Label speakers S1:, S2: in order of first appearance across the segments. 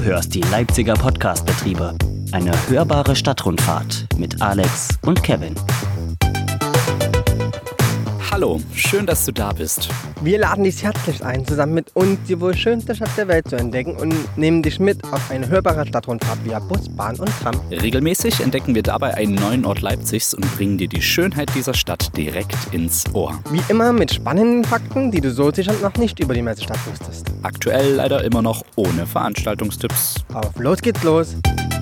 S1: Du hörst die Leipziger Podcast-Betriebe. Eine hörbare Stadtrundfahrt mit Alex und Kevin.
S2: Hallo, schön, dass du da bist.
S3: Wir laden dich herzlich ein, zusammen mit uns die wohl schönste Stadt der Welt zu entdecken und nehmen dich mit auf eine hörbare Stadtrundfahrt via Bus, Bahn und Tram.
S2: Regelmäßig entdecken wir dabei einen neuen Ort Leipzigs und bringen dir die Schönheit dieser Stadt direkt ins Ohr.
S3: Wie immer mit spannenden Fakten, die du so sicher noch nicht über die Messestadt wusstest.
S2: Aktuell leider immer noch ohne Veranstaltungstipps.
S3: Auf los geht's los!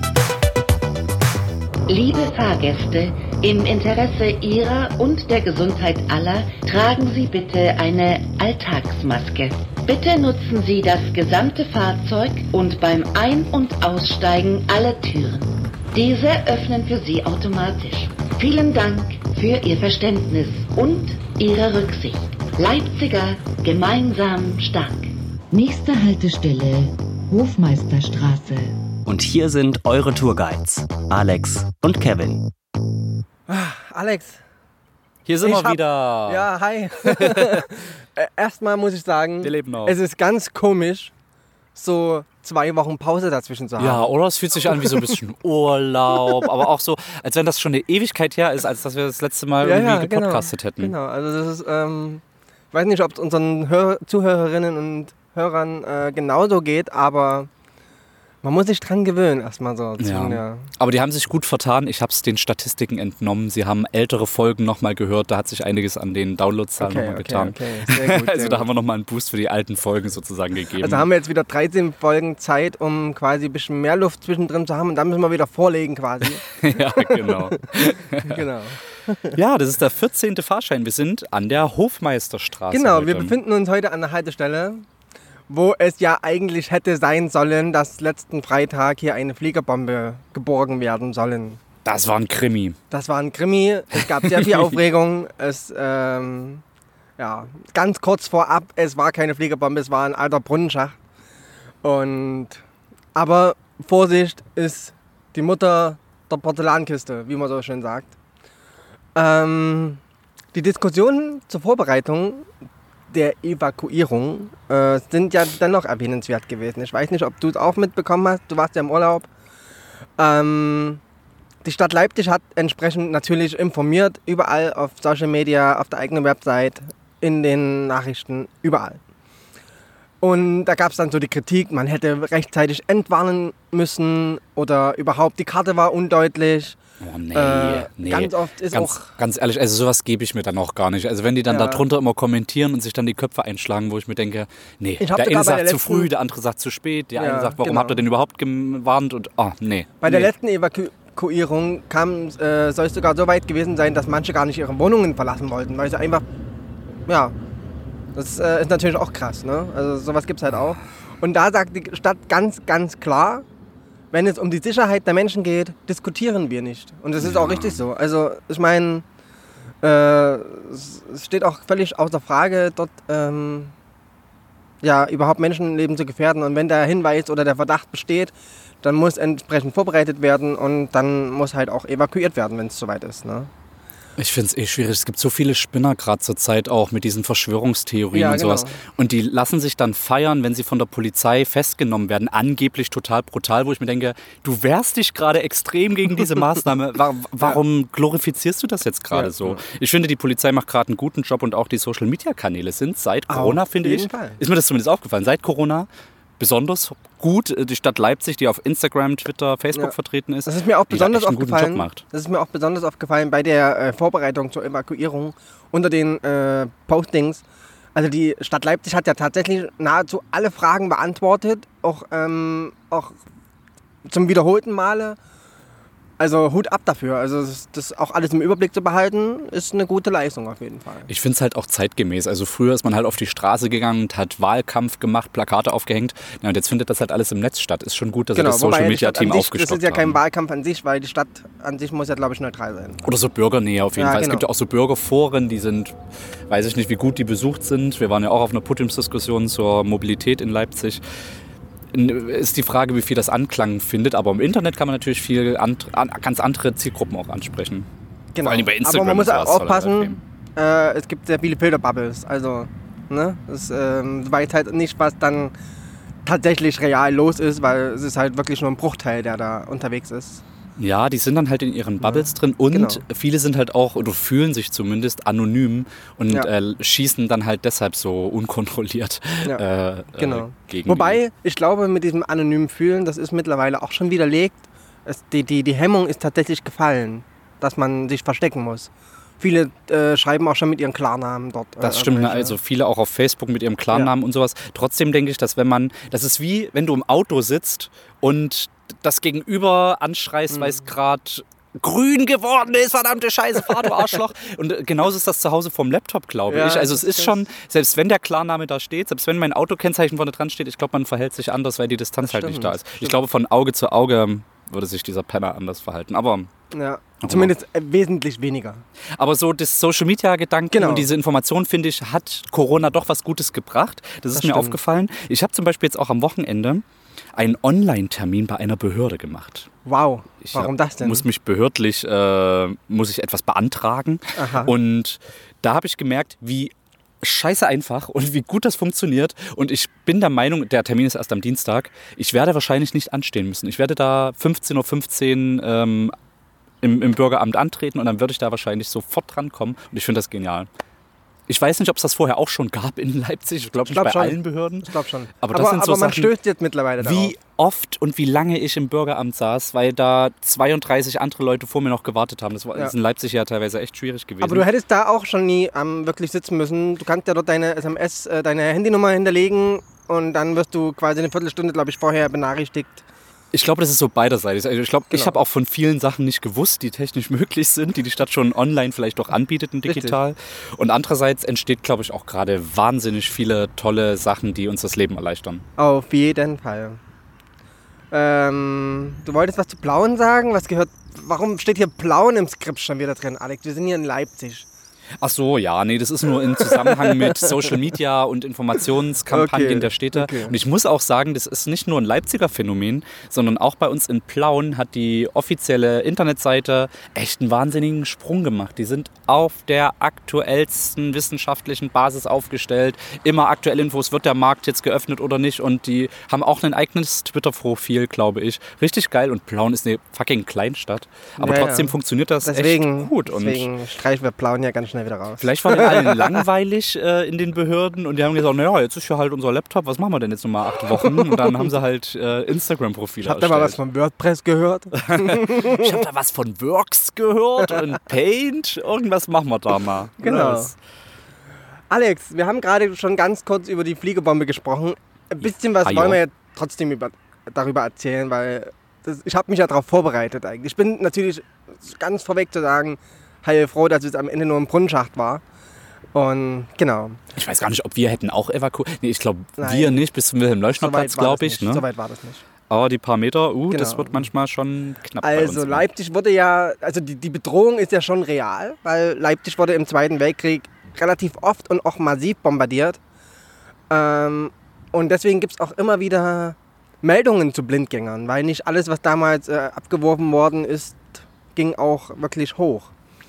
S4: Liebe Fahrgäste, im Interesse Ihrer und der Gesundheit aller tragen Sie bitte eine Alltagsmaske. Bitte nutzen Sie das gesamte Fahrzeug und beim Ein- und Aussteigen alle Türen. Diese öffnen für Sie automatisch. Vielen Dank für Ihr Verständnis und Ihre Rücksicht. Leipziger, gemeinsam stark.
S5: Nächste Haltestelle, Hofmeisterstraße.
S1: Und hier sind eure Tourguides, Alex und Kevin.
S3: Alex.
S2: Hier sind wir wieder.
S3: Ja, hi. Erstmal muss ich sagen,
S2: Wir leben noch.
S3: es ist ganz komisch, so 2 Wochen Pause dazwischen zu haben.
S2: Ja, oder? Es fühlt sich an wie so ein bisschen Urlaub, aber auch so, als wenn das schon eine Ewigkeit her ist, als dass wir das letzte Mal irgendwie gepodcastet hätten.
S3: Genau, also das ist, weiß nicht, ob es unseren Zuhörerinnen und Hörern genauso geht, aber man muss sich dran gewöhnen, erstmal so.
S2: Ja. Aber die haben sich gut vertan. Ich habe es den Statistiken entnommen. Sie haben ältere Folgen nochmal gehört. Da hat sich einiges an den Downloadzahlen nochmal getan.
S3: Okay. Sehr gut,
S2: also da haben wir nochmal einen Boost für die alten Folgen sozusagen gegeben.
S3: Also haben wir jetzt wieder 13 Folgen Zeit, um quasi ein bisschen mehr Luft zwischendrin zu haben. Und dann müssen wir wieder vorlegen quasi.
S2: Ja, genau.
S3: Genau.
S2: Ja, das ist der 14. Fahrschein. Wir sind an der Hofmeisterstraße.
S3: Genau,
S2: heute.
S3: wir befinden uns heute an der Haltestelle, wo es ja eigentlich hätte sein sollen, dass letzten Freitag hier eine Fliegerbombe geborgen werden sollen.
S2: Das war ein Krimi.
S3: Das war ein Krimi, es gab sehr viel Aufregung. Es, ganz kurz vorab, es war keine Fliegerbombe, es war ein alter Brunnenschacht. Aber Vorsicht ist die Mutter der Porzellankiste, wie man so schön sagt. Die Diskussionen zur Vorbereitung der Evakuierung sind ja dennoch erwähnenswert gewesen. Ich weiß nicht, ob du es auch mitbekommen hast, du warst ja im Urlaub. Die Stadt Leipzig hat entsprechend natürlich informiert, überall auf Social Media, auf der eigenen Website, in den Nachrichten, überall. Und da gab es dann so die Kritik, man hätte rechtzeitig entwarnen müssen oder überhaupt die Karte war undeutlich.
S2: Oh nee.
S3: Ganz oft ist
S2: Ganz ehrlich, also sowas gebe ich mir dann auch gar nicht. Also wenn die dann darunter immer kommentieren und sich dann die Köpfe einschlagen, wo ich mir denke, nee, der eine sagt zu früh, der andere sagt zu spät, der eine sagt, warum habt ihr denn überhaupt gewarnt und nee.
S3: Bei der letzten Evakuierung soll es sogar so weit gewesen sein, dass manche gar nicht ihre Wohnungen verlassen wollten, weil sie einfach, das ist natürlich auch krass, ne? Also sowas gibt es halt auch. Und da sagt die Stadt ganz, ganz klar, wenn es um die Sicherheit der Menschen geht, diskutieren wir nicht. Und das ist auch richtig so. Also ich meine, es steht auch völlig außer Frage, dort überhaupt Menschenleben zu gefährden. Und wenn der Hinweis oder der Verdacht besteht, dann muss entsprechend vorbereitet werden und dann muss halt auch evakuiert werden, wenn es soweit ist, ne?
S2: Ich finde es schwierig. Es gibt so viele Spinner gerade zur Zeit auch mit diesen Verschwörungstheorien und sowas. Und die lassen sich dann feiern, wenn sie von der Polizei festgenommen werden. Angeblich total brutal, wo ich mir denke, du wehrst dich gerade extrem gegen diese Maßnahme. Warum glorifizierst du das jetzt gerade so? Ich finde, die Polizei macht gerade einen guten Job und auch die Social-Media-Kanäle sind seit Corona, finde ich, ist mir das zumindest aufgefallen, seit Corona besonders gut. Die Stadt Leipzig, die auf Instagram, Twitter, Facebook vertreten ist,
S3: das ist mir auch besonders aufgefallen.
S2: Macht.
S3: Das ist mir auch besonders aufgefallen bei der Vorbereitung zur Evakuierung unter den Postings. Also die Stadt Leipzig hat ja tatsächlich nahezu alle Fragen beantwortet, auch zum wiederholten Male. Also Hut ab dafür. Also das auch alles im Überblick zu behalten, ist eine gute Leistung auf jeden Fall.
S2: Ich finde es halt auch zeitgemäß. Also früher ist man halt auf die Straße gegangen und hat Wahlkampf gemacht, Plakate aufgehängt. Ja, und jetzt findet das halt alles im Netz statt. Ist schon gut, dass das Social-Media-Team aufgestockt hat.
S3: Das ist ja kein Wahlkampf an sich, weil die Stadt an sich muss ja, glaube ich, neutral sein.
S2: Oder so Bürgernähe auf jeden Fall.
S3: Genau.
S2: Es gibt ja auch so Bürgerforen, die sind, weiß ich nicht, wie gut die besucht sind. Wir waren ja auch auf einer Podiumsdiskussion zur Mobilität in Leipzig. Ist die Frage, wie viel das Anklang findet. Aber im Internet kann man natürlich viel ganz andere Zielgruppen auch ansprechen.
S3: Genau.
S2: Vor allem bei Instagram.
S3: Aber man muss auch aufpassen, es gibt sehr viele Filterbubbles. Also, ne? Das weiß halt nicht, was dann tatsächlich real los ist, weil es ist halt wirklich nur ein Bruchteil, der da unterwegs ist.
S2: Ja, die sind dann halt in ihren Bubbles drin und viele sind halt auch, oder fühlen sich zumindest anonym und schießen dann halt deshalb so unkontrolliert gegen.
S3: Wobei, ich glaube, mit diesem anonymen Fühlen, das ist mittlerweile auch schon widerlegt. Die Hemmung ist tatsächlich gefallen, dass man sich verstecken muss. Viele schreiben auch schon mit ihren Klarnamen dort.
S2: Das stimmt, also viele auch auf Facebook mit ihrem Klarnamen und sowas. Trotzdem denke ich, dass das ist wie, wenn du im Auto sitzt und das Gegenüber anschreist, weil es gerade grün geworden ist, verdammte Scheiße, fahr du Arschloch. Und genauso ist das zu Hause vom Laptop, glaube ich. Also es ist schon, selbst wenn der Klarname da steht, selbst wenn mein Autokennzeichen vorne dran steht, ich glaube, man verhält sich anders, weil die Distanz halt nicht da ist. Ich glaube, von Auge zu Auge würde sich dieser Penner anders verhalten. Aber
S3: zumindest wesentlich weniger.
S2: Aber so das Social-Media-Gedanken und diese Information, finde ich, hat Corona doch was Gutes gebracht. Das ist mir aufgefallen. Ich habe zum Beispiel jetzt auch am Wochenende einen Online-Termin bei einer Behörde gemacht.
S3: Wow, warum das denn?
S2: Muss ich etwas beantragen.
S3: Aha.
S2: Und da habe ich gemerkt, wie scheiße einfach und wie gut das funktioniert. Und ich bin der Meinung, der Termin ist erst am Dienstag, ich werde wahrscheinlich nicht anstehen müssen. Ich werde da 15:15 Uhr im Bürgeramt antreten und dann würde ich da wahrscheinlich sofort drankommen. Und ich finde das genial. Ich weiß nicht, ob es das vorher auch schon gab in Leipzig. Ich glaube nicht bei allen Behörden.
S3: Ich glaube schon.
S2: Aber das sind so
S3: man
S2: Sachen,
S3: stößt jetzt mittlerweile darauf.
S2: Wie oft und wie lange ich im Bürgeramt saß, weil da 32 andere Leute vor mir noch gewartet haben. Das ist in Leipzig ja teilweise echt schwierig gewesen.
S3: Aber du hättest da auch schon nie wirklich sitzen müssen. Du kannst ja dort deine SMS, deine Handynummer hinterlegen und dann wirst du quasi eine Viertelstunde, glaube ich, vorher benachrichtigt.
S2: Ich glaube, das ist so beiderseitig. Also ich glaube, ich habe auch von vielen Sachen nicht gewusst, die technisch möglich sind, die Stadt schon online vielleicht auch anbietet und digital. Richtig. Und andererseits entsteht, glaube ich, auch gerade wahnsinnig viele tolle Sachen, die uns das Leben erleichtern.
S3: Auf jeden Fall. Du wolltest was zu Plauen sagen? Warum steht hier Plauen im Skript schon wieder drin, Alex? Wir sind hier in Leipzig.
S2: Ach so, ja, nee, das ist nur im Zusammenhang mit Social Media und Informationskampagnen der Städte. Okay. Und ich muss auch sagen, das ist nicht nur ein Leipziger Phänomen, sondern auch bei uns in Plauen hat die offizielle Internetseite echt einen wahnsinnigen Sprung gemacht. Die sind auf der aktuellsten wissenschaftlichen Basis aufgestellt. Immer aktuelle Infos, wird der Markt jetzt geöffnet oder nicht. Und die haben auch ein eigenes Twitter-Profil, glaube ich. Richtig geil. Und Plauen ist eine fucking Kleinstadt. Aber trotzdem funktioniert das echt gut.
S3: Deswegen streichen wir Plauen ja ganz schnell wieder raus.
S2: Vielleicht war denen allen langweilig in den Behörden und die haben gesagt, naja, jetzt ist ja halt unser Laptop, was machen wir denn jetzt nochmal 8 Wochen? Und dann haben sie halt Instagram-Profile erstellt.
S3: Habt ihr mal was von WordPress gehört?
S2: Ich hab da was von Works gehört und Paint. Irgendwas machen wir da mal.
S3: Genau. Alex, wir haben gerade schon ganz kurz über die Fliegebombe gesprochen. Ein bisschen was wollen wir ja trotzdem darüber erzählen, weil ich habe mich ja darauf vorbereitet eigentlich. Ich bin natürlich ganz vorweg zu sagen, heilfroh, dass es am Ende nur ein Brunnenschacht war. Und genau.
S2: Ich weiß gar nicht, ob wir hätten auch evakuiert. Nee, ich glaube, wir nicht, bis zum Wilhelm-Leuschner-Platz, glaube ich.
S3: Ne? So weit war das nicht.
S2: Aber die paar Meter, das wird manchmal schon knapp bei uns.
S3: Also Leipzig wurde ja, also die Bedrohung ist ja schon real, weil Leipzig wurde im Zweiten Weltkrieg relativ oft und auch massiv bombardiert. Und deswegen gibt es auch immer wieder Meldungen zu Blindgängern, weil nicht alles, was damals abgeworfen worden ist, ging auch wirklich hoch.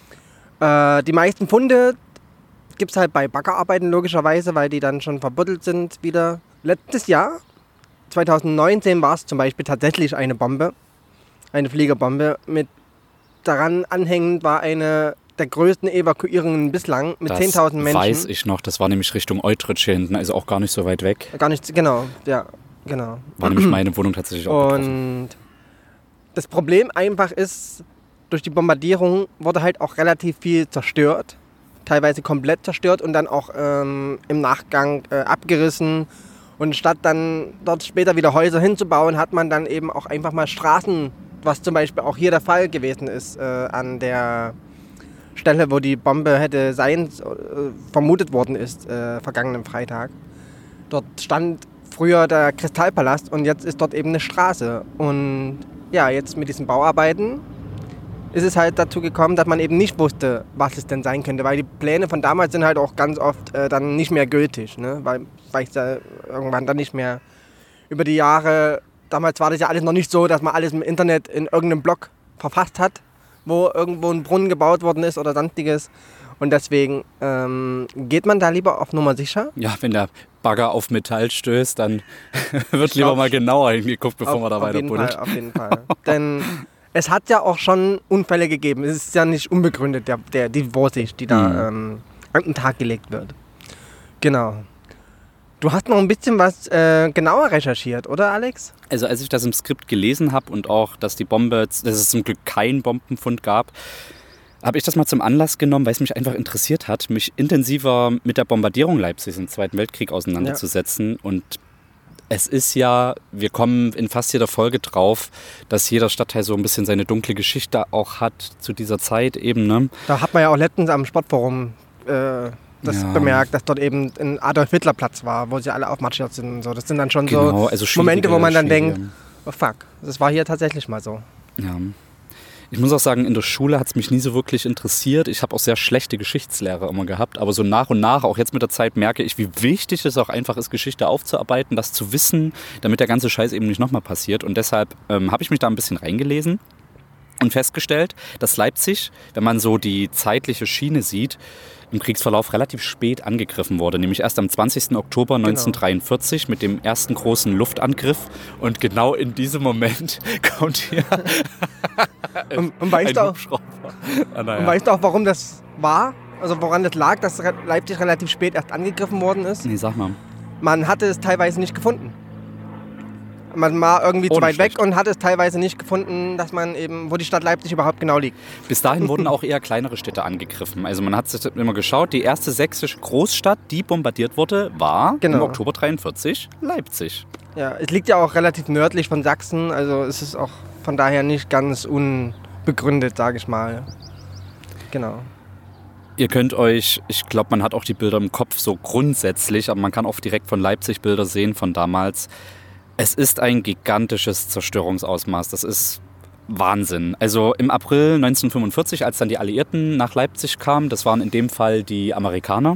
S3: Die meisten Funde gibt es halt bei Baggerarbeiten logischerweise, weil die dann schon verbuddelt sind wieder. Letztes Jahr, 2019, war es zum Beispiel tatsächlich eine Bombe, eine Fliegerbombe. Daran anhängend war eine der größten Evakuierungen bislang mit 10.000 Menschen. Das
S2: weiß ich noch, das war nämlich Richtung Eutrich hier hinten, also auch gar nicht so weit weg.
S3: Gar nicht, genau, ja, genau.
S2: War nämlich meine Wohnung tatsächlich auch betroffen.
S3: Und das Problem einfach ist, durch die Bombardierung wurde halt auch relativ viel zerstört, teilweise komplett zerstört und dann auch im Nachgang abgerissen. Und statt dann dort später wieder Häuser hinzubauen, hat man dann eben auch einfach mal Straßen, was zum Beispiel auch hier der Fall gewesen ist, an der Stelle, wo die Bombe hätte vermutet worden ist, vergangenen Freitag. Dort stand früher der Kristallpalast und jetzt ist dort eben eine Straße. Und ja, jetzt mit diesen Bauarbeiten ist es halt dazu gekommen, dass man eben nicht wusste, was es denn sein könnte, weil die Pläne von damals sind halt auch ganz oft dann nicht mehr gültig, ne? Weil es ja irgendwann dann nicht mehr über die Jahre, damals war das ja alles noch nicht so, dass man alles im Internet in irgendeinem Blog verfasst hat, wo irgendwo ein Brunnen gebaut worden ist oder sonstiges. Und deswegen geht man da lieber auf Nummer sicher.
S2: Ja, wenn der Bagger auf Metall stößt, dann wird lieber mal genauer hingeguckt, bevor man da weiter buddelt.
S3: Auf jeden Fall. Denn es hat ja auch schon Unfälle gegeben. Es ist ja nicht unbegründet, die Vorsicht, die da an den Tag gelegt wird. Genau. Du hast noch ein bisschen was genauer recherchiert, oder Alex?
S2: Also als ich das im Skript gelesen habe und auch, dass es zum Glück keinen Bombenfund gab, habe ich das mal zum Anlass genommen, weil es mich einfach interessiert hat, mich intensiver mit der Bombardierung Leipzigs im Zweiten Weltkrieg auseinanderzusetzen. Ja. Und es ist ja, wir kommen in fast jeder Folge drauf, dass jeder Stadtteil so ein bisschen seine dunkle Geschichte auch hat zu dieser Zeit eben. Ne?
S3: Da hat man ja auch letztens am Sportforum bemerkt, dass dort eben ein Adolf-Hitler-Platz war, wo sie alle aufmarschiert sind und so. Das sind dann schon so also Momente, wo man dann denkt, oh fuck, das war hier tatsächlich mal so.
S2: Ja. Ich muss auch sagen, in der Schule hat es mich nie so wirklich interessiert. Ich habe auch sehr schlechte Geschichtslehrer immer gehabt. Aber so nach und nach, auch jetzt mit der Zeit, merke ich, wie wichtig es auch einfach ist, Geschichte aufzuarbeiten, das zu wissen, damit der ganze Scheiß eben nicht nochmal passiert. Und deshalb habe ich mich da ein bisschen reingelesen und festgestellt, dass Leipzig, wenn man so die zeitliche Schiene sieht, im Kriegsverlauf relativ spät angegriffen wurde, nämlich erst am 20. Oktober 1943 mit dem ersten großen Luftangriff. Und genau in diesem Moment kommt hier
S3: und weißt du auch, warum das war? Also woran das lag, dass Leipzig relativ spät erst angegriffen worden ist?
S2: Nee, sag mal.
S3: Man hatte es teilweise nicht gefunden. Man war irgendwie zu weit weg und hat es teilweise nicht gefunden, dass man eben, wo die Stadt Leipzig überhaupt genau liegt.
S2: Bis dahin wurden auch eher kleinere Städte angegriffen. Also man hat sich immer geschaut, die erste sächsische Großstadt, die bombardiert wurde, war im Oktober 1943 Leipzig.
S3: Ja, es liegt ja auch relativ nördlich von Sachsen, also es ist auch von daher nicht ganz unbegründet, sage ich mal. Genau.
S2: Ihr könnt euch, ich glaube, man hat auch die Bilder im Kopf so grundsätzlich, aber man kann auch direkt von Leipzig Bilder sehen von damals. Es ist ein gigantisches Zerstörungsausmaß. Das ist Wahnsinn. Also im April 1945, als dann die Alliierten nach Leipzig kamen, das waren in dem Fall die Amerikaner,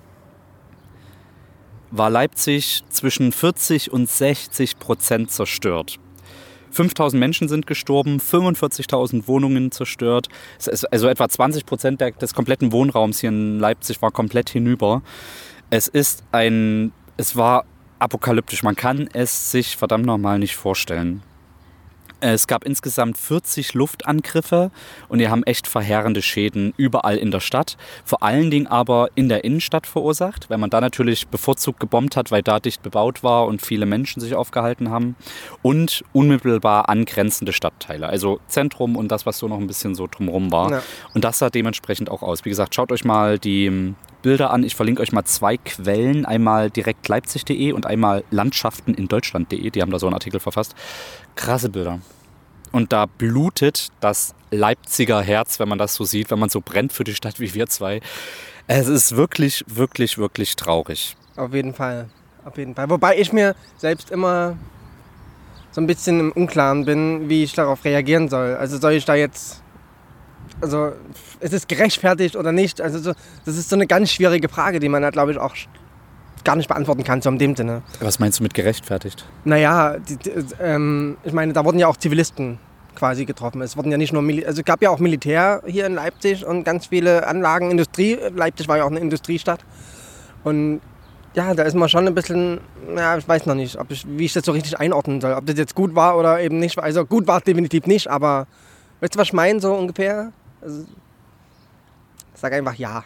S2: war Leipzig zwischen 40% und 60% zerstört. 5.000 Menschen sind gestorben, 45.000 Wohnungen zerstört. Also etwa 20% des kompletten Wohnraums hier in Leipzig war komplett hinüber. Es war apokalyptisch. Man kann es sich verdammt nochmal nicht vorstellen. Es gab insgesamt 40 Luftangriffe und die haben echt verheerende Schäden überall in der Stadt. Vor allen Dingen aber in der Innenstadt verursacht, weil man da natürlich bevorzugt gebombt hat, weil da dicht bebaut war und viele Menschen sich aufgehalten haben. Und unmittelbar angrenzende Stadtteile, also Zentrum und das, was so noch ein bisschen so drumherum war. Ja. Und das sah dementsprechend auch aus. Wie gesagt, schaut euch mal die Bilder an. Ich verlinke euch mal 2 Quellen. Einmal direkt leipzig.de und einmal landschaftenindeutschland.de. Die haben da so einen Artikel verfasst. Krasse Bilder. Und da blutet das Leipziger Herz, wenn man das so sieht, wenn man so brennt für die Stadt wie wir zwei. Es ist wirklich, wirklich, wirklich traurig.
S3: Auf jeden Fall. Auf jeden Fall. Wobei ich mir selbst immer so ein bisschen im Unklaren bin, wie ich darauf reagieren soll. Also soll ich da jetzt... Also ist es gerechtfertigt oder nicht? Also das ist so eine ganz schwierige Frage, die man da, glaube ich, auch gar nicht beantworten kann, so in dem Sinne.
S2: Was meinst du mit gerechtfertigt?
S3: Naja, ich meine, da wurden ja auch Zivilisten quasi getroffen. Es wurden ja nicht nur es gab ja auch Militär hier in Leipzig und ganz viele Anlagen, Industrie. Leipzig war ja auch eine Industriestadt. Und ja, da ist man schon ein bisschen, ja, ich weiß noch nicht, wie ich das so richtig einordnen soll. Ob das jetzt gut war oder eben nicht. Also gut war es definitiv nicht, aber weißt du, was ich meine, so ungefähr? Also, ich sage einfach ja.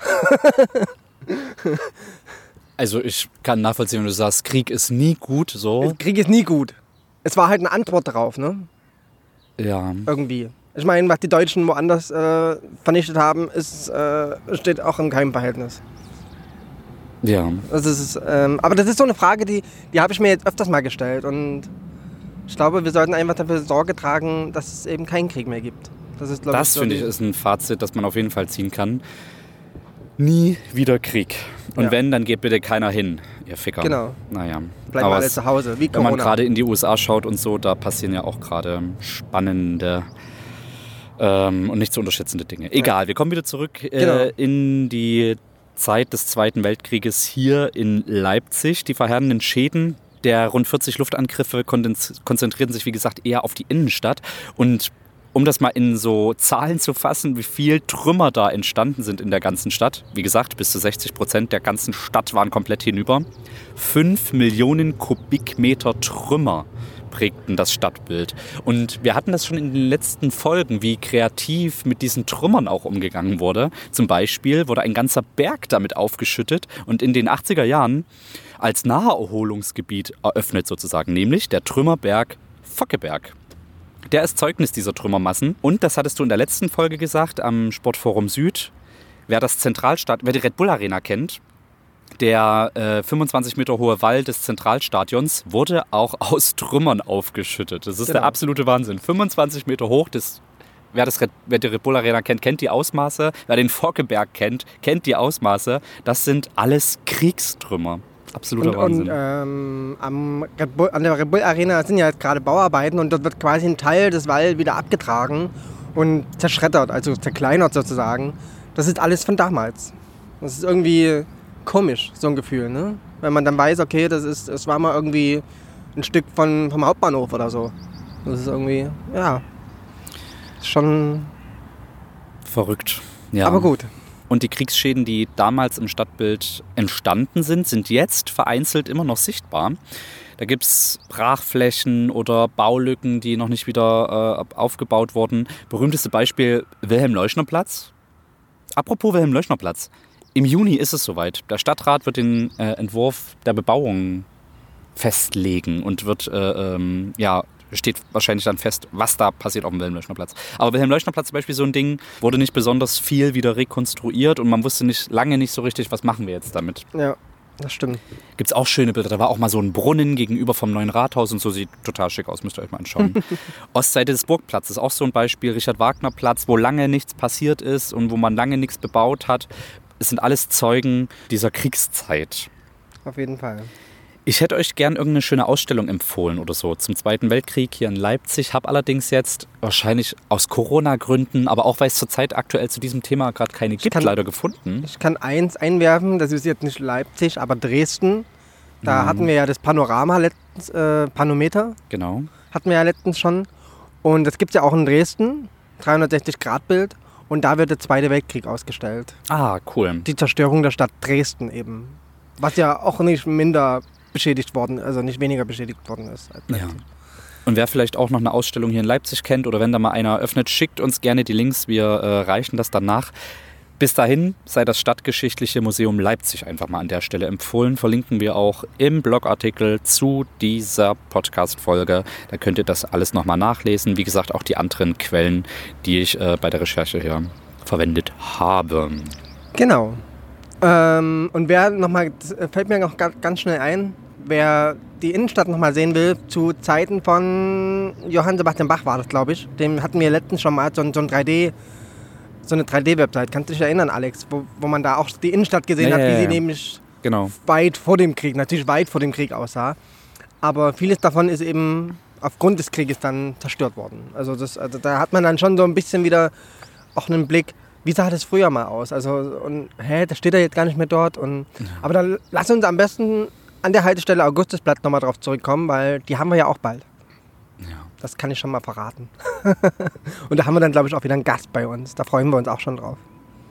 S2: Also ich kann nachvollziehen, wenn du sagst, Krieg ist nie gut, so.
S3: Krieg ist nie gut. Es war halt eine Antwort darauf, ne?
S2: Ja.
S3: Irgendwie. Ich meine, was die Deutschen woanders vernichtet haben, steht auch in keinem Verhältnis.
S2: Ja.
S3: Aber das ist so eine Frage, die habe ich mir jetzt öfters mal gestellt. Und ich glaube, wir sollten einfach dafür Sorge tragen, dass es eben keinen Krieg mehr gibt. Das finde ich
S2: ist ein Fazit, das man auf jeden Fall ziehen kann. Nie wieder Krieg. Und ja, wenn, dann geht bitte keiner hin, ihr Ficker.
S3: Genau.
S2: Naja.
S3: Bleibt mal alle zu Hause, wie Corona.
S2: Wenn man gerade in die USA schaut und so, da passieren ja auch gerade spannende und nicht zu unterschätzende Dinge. Egal, wir kommen wieder zurück in die Zeit des Zweiten Weltkrieges hier in Leipzig. Die verheerenden Schäden der rund 40 Luftangriffe konzentrierten sich, wie gesagt, eher auf die Innenstadt. Und Um das mal in so Zahlen zu fassen, wie viel Trümmer da entstanden sind in der ganzen Stadt. Wie gesagt, bis zu 60% der ganzen Stadt waren komplett hinüber. 5 Millionen Kubikmeter Trümmer prägten das Stadtbild. Und wir hatten das schon in den letzten Folgen, wie kreativ mit diesen Trümmern auch umgegangen wurde. Zum Beispiel wurde ein ganzer Berg damit aufgeschüttet und in den 80er Jahren als Naherholungsgebiet eröffnet sozusagen, nämlich der Trümmerberg Voggeberg. Der ist Zeugnis dieser Trümmermassen. Und, das hattest du in der letzten Folge gesagt, am Sportforum Süd, wer die Red Bull Arena kennt, der 25 Meter hohe Wall des Zentralstadions wurde auch aus Trümmern aufgeschüttet. Das ist der absolute Wahnsinn. 25 Meter hoch, wer die Red Bull Arena kennt, kennt die Ausmaße. Wer den Voggeberg kennt, kennt die Ausmaße. Das sind alles Kriegstrümmer. Absoluter Wahnsinn.
S3: Und an der Red Bull Arena sind ja jetzt gerade Bauarbeiten und dort wird quasi ein Teil des Walls wieder abgetragen und zerschreddert, also zerkleinert sozusagen. Das ist alles von damals. Das ist irgendwie komisch, so ein Gefühl, ne? Wenn man dann weiß, okay, es war mal irgendwie ein Stück vom Hauptbahnhof oder so. Das ist irgendwie, ja, schon
S2: verrückt. Ja.
S3: Aber gut.
S2: Und die Kriegsschäden, die damals im Stadtbild entstanden sind jetzt vereinzelt immer noch sichtbar. Da gibt es Brachflächen oder Baulücken, die noch nicht wieder aufgebaut wurden. Berühmteste Beispiel Wilhelm-Leuschner-Platz. Apropos Wilhelm-Leuschner-Platz. Im Juni ist es soweit. Der Stadtrat wird den Entwurf der Bebauung festlegen und steht wahrscheinlich dann fest, was da passiert auf dem Wilhelm-Leuschner-Platz. Aber Wilhelm-Leuschner-Platz zum Beispiel so ein Ding, wurde nicht besonders viel wieder rekonstruiert und man wusste lange nicht so richtig, was machen wir jetzt damit.
S3: Ja, das stimmt.
S2: Gibt es auch schöne Bilder. Da war auch mal so ein Brunnen gegenüber vom neuen Rathaus und so, sieht total schick aus, müsst ihr euch mal anschauen. Ostseite des Burgplatzes ist auch so ein Beispiel, Richard-Wagner-Platz, wo lange nichts passiert ist und wo man lange nichts bebaut hat. Es sind alles Zeugen dieser Kriegszeit.
S3: Auf jeden Fall.
S2: Ich hätte euch gern irgendeine schöne Ausstellung empfohlen oder so zum Zweiten Weltkrieg hier in Leipzig. Habe allerdings jetzt wahrscheinlich aus Corona-Gründen, aber auch weil es zurzeit aktuell zu diesem Thema gerade keine gibt, leider gefunden.
S3: Ich kann eins einwerfen, das ist jetzt nicht Leipzig, aber Dresden. Da hatten wir ja das Panorama letztens, Panometer.
S2: Genau.
S3: Hatten wir ja letztens schon. Und das gibt es ja auch in Dresden, 360-Grad-Bild. Und da wird der Zweite Weltkrieg ausgestellt.
S2: Ah, cool.
S3: Die Zerstörung der Stadt Dresden eben. Was ja auch nicht minder beschädigt worden, also nicht weniger beschädigt worden ist.
S2: Ja. Und wer vielleicht auch noch eine Ausstellung hier in Leipzig kennt oder wenn da mal einer eröffnet, schickt uns gerne die Links, wir reichen das dann nach. Bis dahin sei das Stadtgeschichtliche Museum Leipzig einfach mal an der Stelle empfohlen. Verlinken wir auch im Blogartikel zu dieser Podcast-Folge. Da könnt ihr das alles nochmal nachlesen. Wie gesagt, auch die anderen Quellen, die ich bei der Recherche hier verwendet habe.
S3: Genau. Und wer nochmal, fällt mir noch ganz schnell ein, wer die Innenstadt nochmal sehen will, zu Zeiten von Johann Sebastian Bach war das, glaube ich. Dem hatten wir letztens schon mal so eine 3D-Website. Kannst du dich erinnern, Alex? Wo man da auch die Innenstadt gesehen hat, wie sie nämlich weit vor dem Krieg aussah. Aber vieles davon ist eben aufgrund des Krieges dann zerstört worden. Also da hat man dann schon so ein bisschen wieder auch einen Blick, wie sah das früher mal aus? Also, das steht ja jetzt gar nicht mehr dort. Aber dann lass uns am besten an der Haltestelle Augustusplatz nochmal drauf zurückkommen, weil die haben wir ja auch bald.
S2: Ja.
S3: Das kann ich schon mal verraten. Und da haben wir dann, glaube ich, auch wieder einen Gast bei uns. Da freuen wir uns auch schon drauf.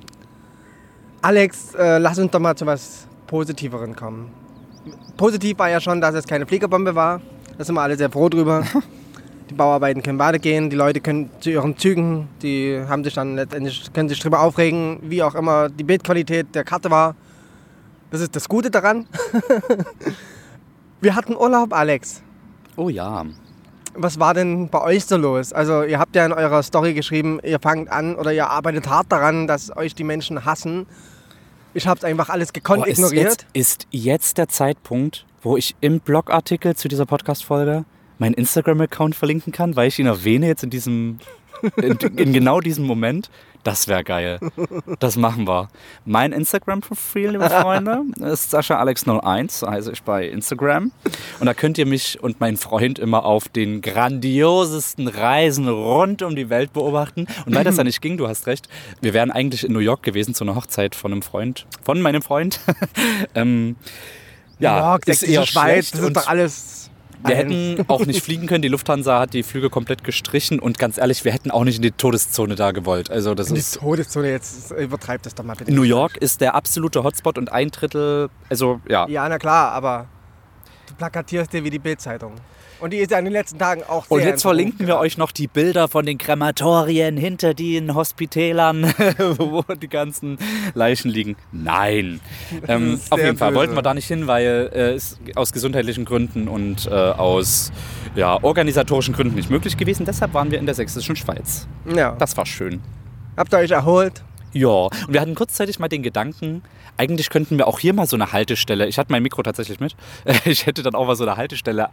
S3: Alex, lass uns doch mal zu was Positiveren kommen. Positiv war ja schon, dass es keine Fliegerbombe war. Da sind wir alle sehr froh drüber. Die Bauarbeiten können weitergehen, die Leute können zu ihren Zügen, die haben sich dann letztendlich, können sich drüber aufregen, wie auch immer die Bildqualität der Karte war. Das ist das Gute daran. Wir hatten Urlaub, Alex.
S2: Oh ja.
S3: Was war denn bei euch so los? Also ihr habt ja in eurer Story geschrieben, ihr fangt an oder ihr arbeitet hart daran, dass euch die Menschen hassen. Ich habe es einfach alles gekonnt ignoriert.
S2: Ist jetzt der Zeitpunkt, wo ich im Blogartikel zu dieser Podcast-Folge meinen Instagram-Account verlinken kann, weil ich ihn erwähne jetzt in genau diesem Moment. Das wäre geil. Das machen wir. Mein Instagram-Profil, liebe Freunde, ist SaschaAlex01, so heiße ich bei Instagram. Und da könnt ihr mich und meinen Freund immer auf den grandiosesten Reisen rund um die Welt beobachten. Und weil das ja nicht ging, du hast recht, wir wären eigentlich in New York gewesen zu einer Hochzeit von meinem Freund.
S3: New York, ist eher Schweiz, das ist doch alles...
S2: Wir hätten auch nicht fliegen können. Die Lufthansa hat die Flüge komplett gestrichen. Und ganz ehrlich, wir hätten auch nicht in die Todeszone da gewollt. Also das
S3: ist die Todeszone, jetzt übertreibt das doch mal bitte.
S2: New York ist der absolute Hotspot und 1/3, also ja.
S3: Ja, na klar, aber du plakatierst dir wie die Bild-Zeitung. Und die ist ja in den letzten Tagen auch sehr.
S2: Und jetzt verlinken wir euch noch die Bilder von den Krematorien hinter den Hospitälern, wo die ganzen Leichen liegen. Nein. Auf jeden Fall wollten wir da nicht hin, weil es aus gesundheitlichen Gründen und aus organisatorischen Gründen nicht möglich gewesen. Deshalb waren wir in der sächsischen Schweiz.
S3: Ja.
S2: Das war schön.
S3: Habt ihr euch erholt?
S2: Ja, und wir hatten kurzzeitig mal den Gedanken, eigentlich könnten wir auch hier mal so eine Haltestelle, ich hatte mein Mikro tatsächlich mit, ich hätte dann auch mal so eine Haltestelle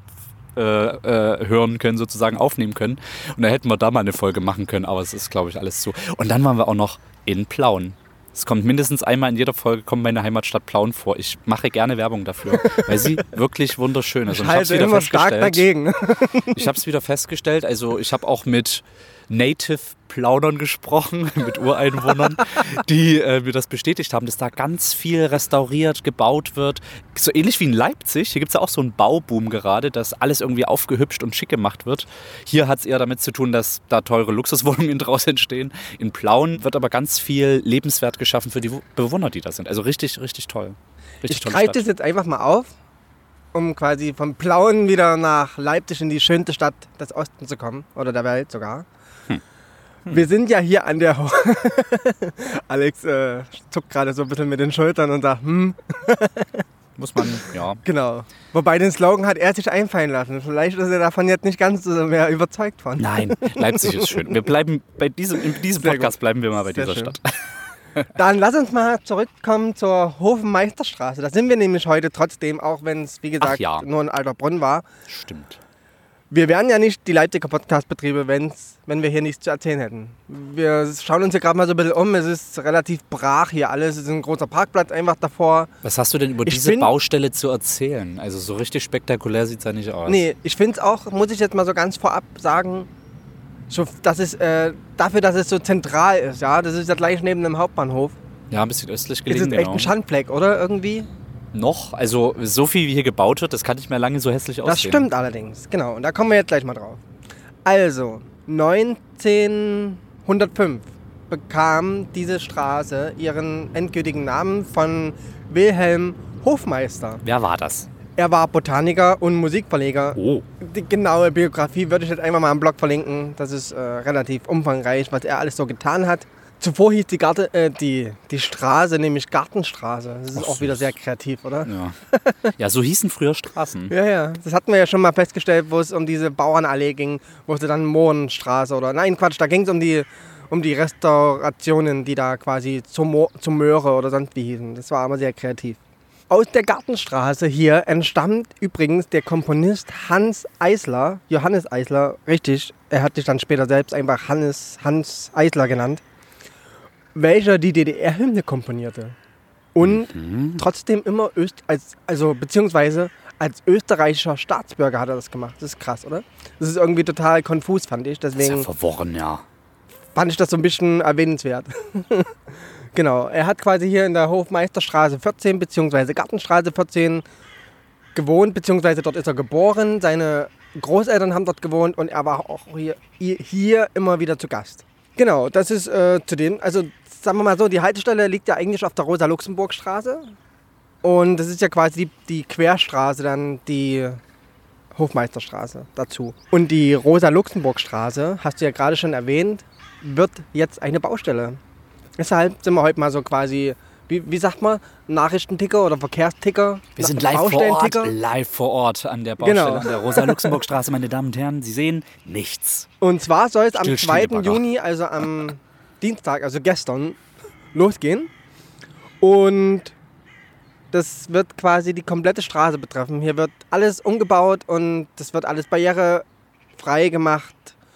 S2: hören können, sozusagen aufnehmen können. Und dann hätten wir da mal eine Folge machen können, aber es ist, glaube ich, alles zu. Und dann waren wir auch noch in Plauen. Es kommt mindestens einmal in jeder Folge kommt meine Heimatstadt Plauen vor. Ich mache gerne Werbung dafür, weil sie wirklich wunderschön ist.
S3: Ich halte immer stark dagegen.
S2: Ich habe es wieder festgestellt, also ich habe auch mit Native-Plaunern gesprochen, mit Ureinwohnern, die mir das bestätigt haben, dass da ganz viel restauriert, gebaut wird. So ähnlich wie in Leipzig. Hier gibt es ja auch so einen Bauboom gerade, dass alles irgendwie aufgehübscht und schick gemacht wird. Hier hat es eher damit zu tun, dass da teure Luxuswohnungen draus entstehen. In Plauen wird aber ganz viel Lebenswert geschaffen für die Bewohner, die da sind. Also richtig, richtig toll.
S3: Ich greife das jetzt einfach mal auf, um quasi von Plauen wieder nach Leipzig in die schönste Stadt des Ostens zu kommen. Oder der Welt sogar. Wir sind ja hier an der... Alex zuckt gerade so ein bisschen mit den Schultern und sagt,
S2: Muss man, ja.
S3: Genau. Wobei den Slogan hat er sich einfallen lassen. Vielleicht ist er davon jetzt nicht ganz so mehr überzeugt von.
S2: Nein, Leipzig ist schön. Wir bleiben in diesem Podcast bleiben wir mal bei dieser Stadt.
S3: Dann lass uns mal zurückkommen zur Hofmeisterstraße. Da sind wir nämlich heute trotzdem, auch wenn es, wie gesagt, nur ein alter Brunnen war.
S2: Stimmt.
S3: Wir wären ja nicht die Leipziger Podcast-Betriebe, wenn wir hier nichts zu erzählen hätten. Wir schauen uns hier gerade mal so ein bisschen um. Es ist relativ brach hier alles. Es ist ein großer Parkplatz einfach davor.
S2: Was hast du denn über diese Baustelle zu erzählen? Also so richtig spektakulär sieht es ja nicht aus.
S3: Nee, ich finde es auch, muss ich jetzt mal so ganz vorab sagen, so, dass es, dafür, dass es so zentral ist. Ja? Das ist ja gleich neben dem Hauptbahnhof.
S2: Ja, ein bisschen östlich gelegen,
S3: ist es echt ein Schandfleck, oder irgendwie?
S2: Noch, also so viel wie hier gebaut wird, das kann nicht mehr lange so hässlich aussehen.
S3: Das stimmt allerdings, genau. Und da kommen wir jetzt gleich mal drauf. Also, 1905 bekam diese Straße ihren endgültigen Namen von Wilhelm Hofmeister.
S2: Wer war das?
S3: Er war Botaniker und Musikverleger.
S2: Oh.
S3: Die genaue Biografie würde ich jetzt einfach mal am Blog verlinken. Das ist relativ umfangreich, was er alles so getan hat. Zuvor hieß die Straße nämlich Gartenstraße. Das ist auch wieder sehr kreativ, oder?
S2: Ja. Ja, so hießen früher Straßen.
S3: Ja. Das hatten wir ja schon mal festgestellt, wo es um diese Bauernallee ging, wo es dann Mohrenstraße oder... Nein, Quatsch, da ging es um die Restaurationen, die da quasi zum Möhre oder sonst wie hießen. Das war aber sehr kreativ. Aus der Gartenstraße hier entstammt übrigens der Komponist Hans Eisler, Johannes Eisler, richtig, er hat sich dann später selbst einfach Hans Eisler genannt, welcher die DDR-Hymne komponierte. Und trotzdem immer beziehungsweise als österreichischer Staatsbürger hat er das gemacht. Das ist krass, oder? Das ist irgendwie total konfus, fand ich. Deswegen
S2: das ist ja verworren, ja.
S3: Fand ich das so ein bisschen erwähnenswert. Genau, er hat quasi hier in der Hofmeisterstraße 14 bzw. Gartenstraße 14 gewohnt, beziehungsweise dort ist er geboren. Seine Großeltern haben dort gewohnt und er war auch hier immer wieder zu Gast. Genau, das ist zudem, also sagen wir mal so, die Haltestelle liegt ja eigentlich auf der Rosa-Luxemburg-Straße und das ist ja quasi die Querstraße, dann die Hofmeisterstraße dazu. Und die Rosa-Luxemburg-Straße, hast du ja gerade schon erwähnt, wird jetzt eine Baustelle. Deshalb sind wir heute mal so quasi, wie sagt man, Nachrichtenticker oder Verkehrsticker?
S2: Wir sind live vor Ort an der Baustelle, an der Rosa-Luxemburg-Straße, meine Damen und Herren. Sie sehen nichts.
S3: Und zwar soll es am 2. Juni, also am Dienstag, also gestern, losgehen. Und das wird quasi die komplette Straße betreffen. Hier wird alles umgebaut und das wird alles barrierefrei gemacht.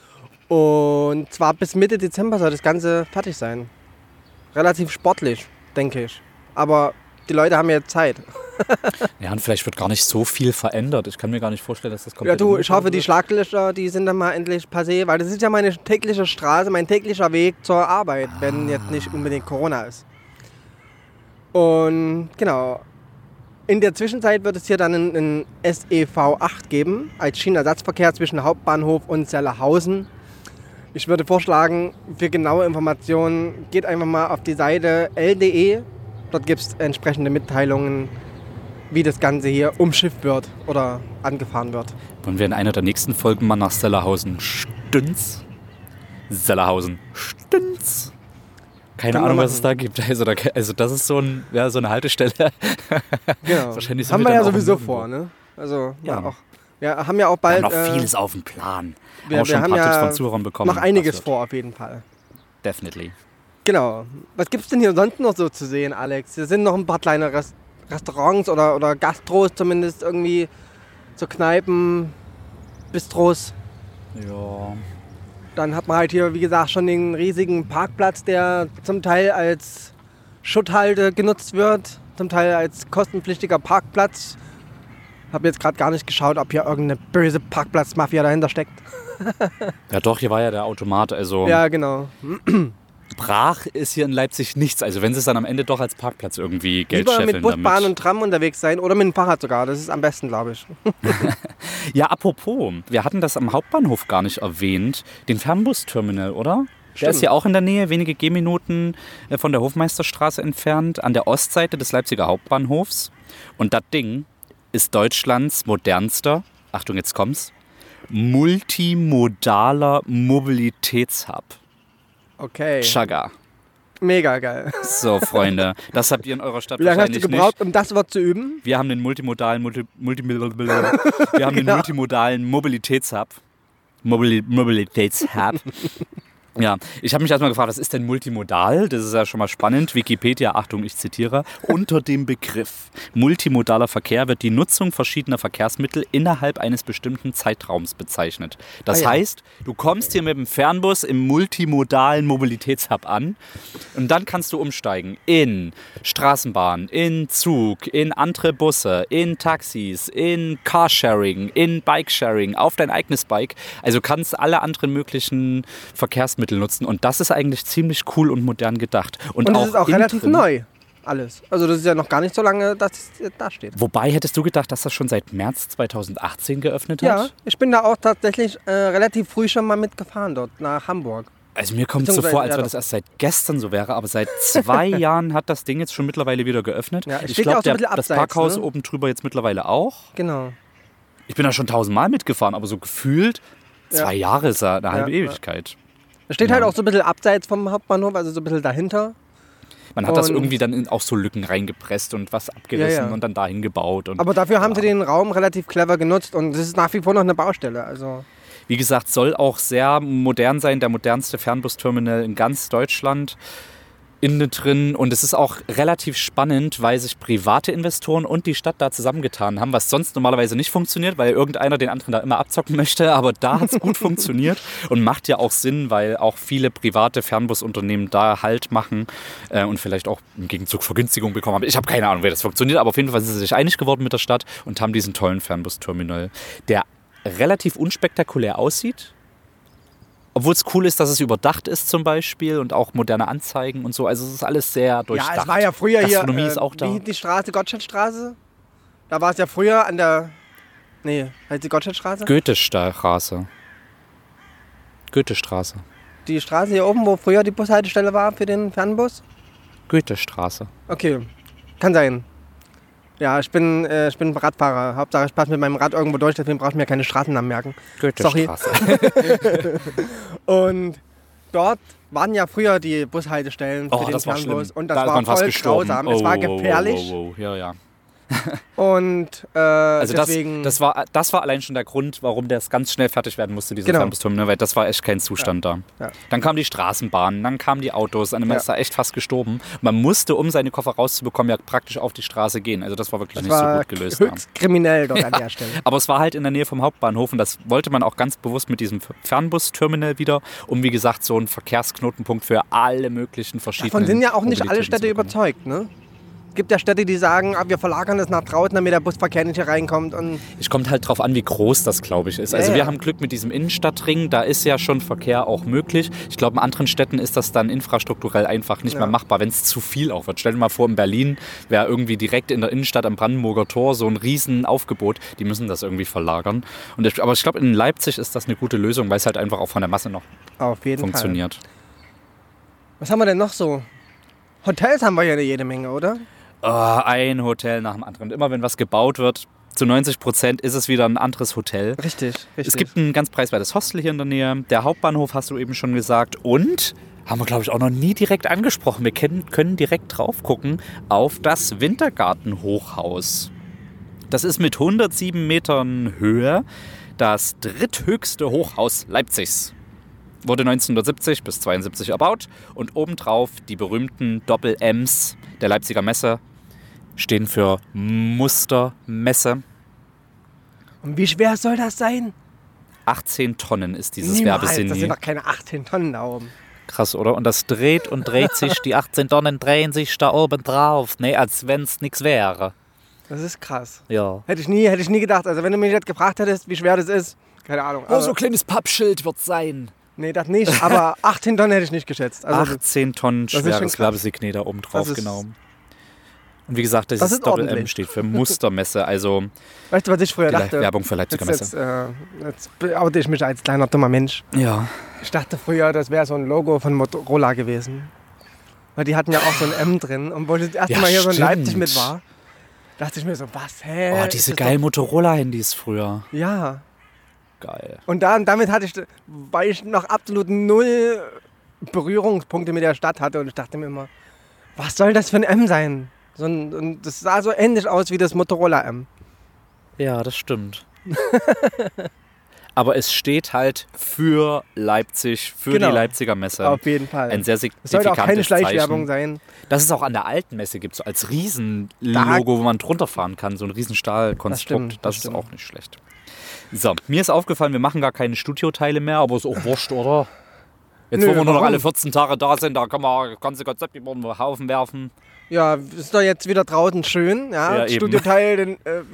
S3: Und zwar bis Mitte Dezember soll das Ganze fertig sein. Relativ sportlich, denke ich. Aber die Leute haben ja Zeit.
S2: Ja, und vielleicht wird gar nicht so viel verändert. Ich kann mir gar nicht vorstellen, dass das kommt.
S3: Ja, du, ich hoffe, die Schlaglöcher, die sind dann mal endlich passé, weil das ist ja meine tägliche Straße, mein täglicher Weg zur Arbeit, wenn jetzt nicht unbedingt Corona ist. Und genau, In der Zwischenzeit wird es hier dann einen SEV 8 geben, als Schienenersatzverkehr zwischen Hauptbahnhof und Sellerhausen. Ich würde vorschlagen, für genaue Informationen geht einfach mal auf die Seite l.de. Dort gibt es entsprechende Mitteilungen, wie das Ganze hier umschifft wird oder angefahren wird.
S2: Wollen wir in einer der nächsten Folgen mal nach Sellerhausen stünz? Sellerhausen stünz. Keine Ahnung, was es da gibt. Also das ist so eine Haltestelle.
S3: Genau.
S2: Wahrscheinlich
S3: haben wir ja sowieso vor, ne? Also
S2: ja.
S3: Wir haben ja auch bald...
S2: noch vieles auf dem Plan.
S3: Wir
S2: haben auch schon ein
S3: haben
S2: paar
S3: ja
S2: Tipps von Zuhörern bekommen.
S3: Noch einiges vor, auf jeden Fall.
S2: Definitely.
S3: Genau. Was gibt's denn hier sonst noch so zu sehen, Alex? Hier sind noch ein paar kleine Restaurants oder Gastros zumindest irgendwie. So Kneipen, Bistros.
S2: Ja.
S3: Dann hat man halt hier, wie gesagt, schon den riesigen Parkplatz, der zum Teil als Schutthalde genutzt wird, zum Teil als kostenpflichtiger Parkplatz. Habe jetzt gerade gar nicht geschaut, ob hier irgendeine böse Parkplatzmafia dahinter steckt.
S2: Ja doch, hier war ja der Automat, also
S3: Ja, genau.
S2: brach ist hier in Leipzig nichts. Also wenn sie es dann am Ende doch als Parkplatz irgendwie Geld
S3: Lieber
S2: scheffeln
S3: mit Bus,
S2: damit.
S3: Bahn und Tram unterwegs sein oder mit dem Fahrrad sogar. Das ist am besten, glaube ich.
S2: Ja, apropos, wir hatten das am Hauptbahnhof gar nicht erwähnt, den Fernbusterminal, oder? Der ist ja auch in der Nähe, wenige Gehminuten von der Hofmeisterstraße entfernt, an der Ostseite des Leipziger Hauptbahnhofs. Und das Ding ist Deutschlands modernster, Achtung, jetzt kommt's, multimodaler Mobilitätshub.
S3: Okay.
S2: Chaga.
S3: Mega geil.
S2: So, Freunde, das habt ihr in eurer Stadt
S3: Wie lange hast
S2: wahrscheinlich
S3: du gebraucht,
S2: nicht.
S3: um das Wort zu üben?
S2: Wir haben den multimodalen Mobilitätshub. Mobilitätshub. Ja, ich habe mich erstmal gefragt, was ist denn multimodal? Das ist ja schon mal spannend. Wikipedia, Achtung, ich zitiere. Unter dem Begriff multimodaler Verkehr wird die Nutzung verschiedener Verkehrsmittel innerhalb eines bestimmten Zeitraums bezeichnet. Das heißt, du kommst hier mit dem Fernbus im multimodalen Mobilitätshub an und dann kannst du umsteigen in Straßenbahn, in Zug, in andere Busse, in Taxis, in Carsharing, in Bikesharing, auf dein eigenes Bike. Also kannst alle anderen möglichen Verkehrsmittel nutzen und das ist eigentlich ziemlich cool und modern gedacht.
S3: Und das ist auch relativ neu, alles. Also das ist ja noch gar nicht so lange, dass es da steht.
S2: Wobei, hättest du gedacht, dass das schon seit März 2018 geöffnet hat?
S3: Ja, ich bin da auch tatsächlich relativ früh schon mal mitgefahren dort, nach Hamburg.
S2: Also mir kommt es so vor, als wenn das erst seit gestern so wäre, aber seit 2 Jahren hat das Ding jetzt schon mittlerweile wieder geöffnet.
S3: Ja,
S2: ich glaube,
S3: so
S2: das Parkhaus oben drüber jetzt mittlerweile auch.
S3: Genau.
S2: Ich bin da schon 1000-mal mitgefahren, aber so gefühlt 2 Jahre ist ja eine halbe Ewigkeit.
S3: Es steht halt auch so ein bisschen abseits vom Hauptbahnhof, also so ein bisschen dahinter.
S2: Man hat das irgendwie dann in auch so Lücken reingepresst und was abgerissen und dann dahin gebaut. Und,
S3: aber dafür haben sie den Raum relativ clever genutzt und es ist nach wie vor noch eine Baustelle. Also
S2: wie gesagt, soll auch sehr modern sein, der modernste Fernbusterminal in ganz Deutschland. Innen drin und es ist auch relativ spannend, weil sich private Investoren und die Stadt da zusammengetan haben, was sonst normalerweise nicht funktioniert, weil irgendeiner den anderen da immer abzocken möchte, aber da hat es gut funktioniert und macht ja auch Sinn, weil auch viele private Fernbusunternehmen da Halt machen und vielleicht auch im Gegenzug Vergünstigung bekommen haben. Ich habe keine Ahnung, wie das funktioniert, aber auf jeden Fall sind sie sich einig geworden mit der Stadt und haben diesen tollen Fernbusterminal, der relativ unspektakulär aussieht. Obwohl es cool ist, dass es überdacht ist zum Beispiel und auch moderne Anzeigen und so. Also es ist alles sehr durchdacht.
S3: Ja, es war ja früher
S2: Gastronomie
S3: hier,
S2: ist auch da.
S3: wie die Straße, Gottschedstraße. Da war es ja früher an der, heißt die Gottschedstraße?
S2: Goethestraße. Goethestraße.
S3: Die Straße hier oben, wo früher die Bushaltestelle war für den Fernbus?
S2: Goethestraße.
S3: Okay, kann sein. Ja, ich bin Radfahrer. Hauptsache ich passe mit meinem Rad irgendwo durch, deswegen brauche ich mir keine Straßennamen merken.
S2: Goethestraße.
S3: Und dort waren ja früher die Bushaltestellen für den Fernbus. Und das war voll grausam. Es war gefährlich.
S2: Ja.
S3: Und
S2: also
S3: deswegen...
S2: das war allein schon der Grund, warum das ganz schnell fertig werden musste, dieser Fernbusterminal, weil das war echt kein Zustand da. Ja. Dann kamen die Straßenbahnen, dann kamen die Autos, dann ist da echt fast gestorben. Man musste, um seine Koffer rauszubekommen, ja praktisch auf die Straße gehen. Also das war wirklich nicht so gut gelöst.
S3: Höchst kriminell dort an der Stelle.
S2: Aber es war halt in der Nähe vom Hauptbahnhof und das wollte man auch ganz bewusst mit diesem Fernbusterminal wieder, um wie gesagt so einen Verkehrsknotenpunkt für alle möglichen verschiedenen...
S3: Davon sind ja auch nicht alle Städte überzeugt, ne? Es gibt ja Städte, die sagen, wir verlagern das nach draußen, damit der Busverkehr nicht hier reinkommt. Und
S2: Es kommt halt drauf an, wie groß das, glaube ich, ist. Also wir haben Glück mit diesem Innenstadtring, da ist ja schon Verkehr auch möglich. Ich glaube, in anderen Städten ist das dann infrastrukturell einfach nicht mehr machbar, wenn es zu viel auch wird. Stell dir mal vor, in Berlin wäre irgendwie direkt in der Innenstadt am Brandenburger Tor so ein riesen Aufgebot. Die müssen das irgendwie verlagern. Aber ich glaube, in Leipzig ist das eine gute Lösung, weil es halt einfach auch von der Masse noch
S3: auf jeden
S2: funktioniert.
S3: Fall. Was haben wir denn noch so? Hotels haben wir ja jede Menge, oder?
S2: Ein Hotel nach dem anderen. Und immer wenn was gebaut wird, zu 90% ist es wieder ein anderes Hotel.
S3: Richtig.
S2: Es gibt ein ganz preiswertes Hostel hier in der Nähe. Der Hauptbahnhof hast du eben schon gesagt. Und, haben wir glaube ich auch noch nie direkt angesprochen, wir können direkt drauf gucken, auf das Wintergarten-Hochhaus. Das ist mit 107 Metern Höhe das dritthöchste Hochhaus Leipzigs. Wurde 1970 bis 1972 erbaut und obendrauf die berühmten Doppel-Ms der Leipziger Messe stehen für Mustermesse.
S3: Und wie schwer soll das sein?
S2: 18 Tonnen ist dieses
S3: Niemals,
S2: Werbesini.
S3: das sind doch keine 18 Tonnen da oben.
S2: Krass, oder? Und das dreht und dreht sich, die 18 Tonnen drehen sich da oben drauf. Nee, als wenn es nichts wäre.
S3: Das ist krass.
S2: Ja.
S3: Hätte ich nie gedacht. Also wenn du mich jetzt gefragt hättest, wie schwer das ist, keine Ahnung.
S2: Oh, so ein kleines Pappschild wird sein.
S3: Nee, das nicht. Aber 18 Tonnen hätte ich nicht geschätzt. Also
S2: 18 Tonnen schweres Werbesignal da oben drauf, genau. Und wie gesagt, das Doppel-M steht für Mustermesse, also
S3: weißt du, was ich früher dachte?
S2: Werbung für Leipziger Messe.
S3: Jetzt oute ich mich als kleiner dummer Mensch.
S2: Ja.
S3: Ich dachte früher, das wäre so ein Logo von Motorola gewesen. Weil die hatten ja auch so ein M drin. Und wo ich das erste Mal hier so in Leipzig mit war, dachte ich mir so, was, hä?
S2: Oh, diese geilen Motorola-Handys früher.
S3: Ja.
S2: Geil.
S3: Und damit weil ich noch absolut null Berührungspunkte mit der Stadt hatte. Und ich dachte mir immer, was soll das für ein M sein? Und das sah so ähnlich aus wie das Motorola M.
S2: Ja, das stimmt. Aber es steht halt für Leipzig, für die Leipziger Messe.
S3: Auf jeden Fall.
S2: Ein sehr signifikantes
S3: Es sollte auch keine Schleichwerbung
S2: Zeichen.
S3: sein.
S2: Das ist auch an der alten Messe gibt, so als Riesenlogo, wo man drunter fahren kann, so ein Riesenstahlkonstrukt. Das ist auch nicht schlecht. So, mir ist aufgefallen, wir machen gar keine Studioteile mehr, aber ist auch wurscht, oder? Jetzt, wo wir nur noch alle 14 Tage da sind, da kann man das ganze Konzept über den Haufen werfen.
S3: Ja, ist doch jetzt wieder draußen schön. Ja, Studioteil,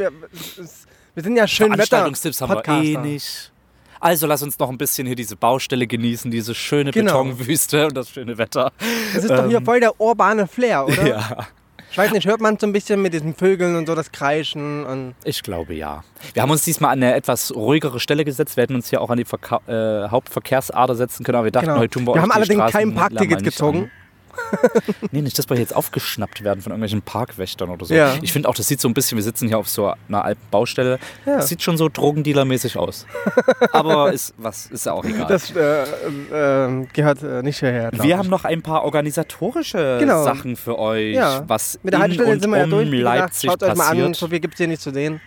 S3: wir sind ja schön Wetter.
S2: Veranstaltungstipps haben wir eh nicht. Also lass uns noch ein bisschen hier diese Baustelle genießen, diese schöne Betonwüste und das schöne Wetter.
S3: Das ist doch hier voll der urbane Flair, oder?
S2: Ja.
S3: Ich weiß nicht, hört man so ein bisschen mit diesen Vögeln und so das Kreischen? Und
S2: ich glaube ja. Wir haben uns diesmal an eine etwas ruhigere Stelle gesetzt. Wir hätten uns hier auch an die Hauptverkehrsader setzen können, aber wir dachten, heute tun wir
S3: haben allerdings kein Parkticket gezogen.
S2: Nee, nicht, dass wir jetzt aufgeschnappt werden von irgendwelchen Parkwächtern oder so.
S3: Ja.
S2: Ich finde auch, das sieht so ein bisschen, wir sitzen hier auf so einer alten Baustelle, das sieht schon so Drogendealer-mäßig aus. Aber ist ja auch egal.
S3: Das gehört nicht hierher.
S2: Wir haben noch ein paar organisatorische Sachen für euch, was
S3: mit der Haltestelle sind wir ja durch.
S2: Leipzig
S3: schaut euch mal
S2: passiert.
S3: an, so viel gibt es hier nicht zu sehen.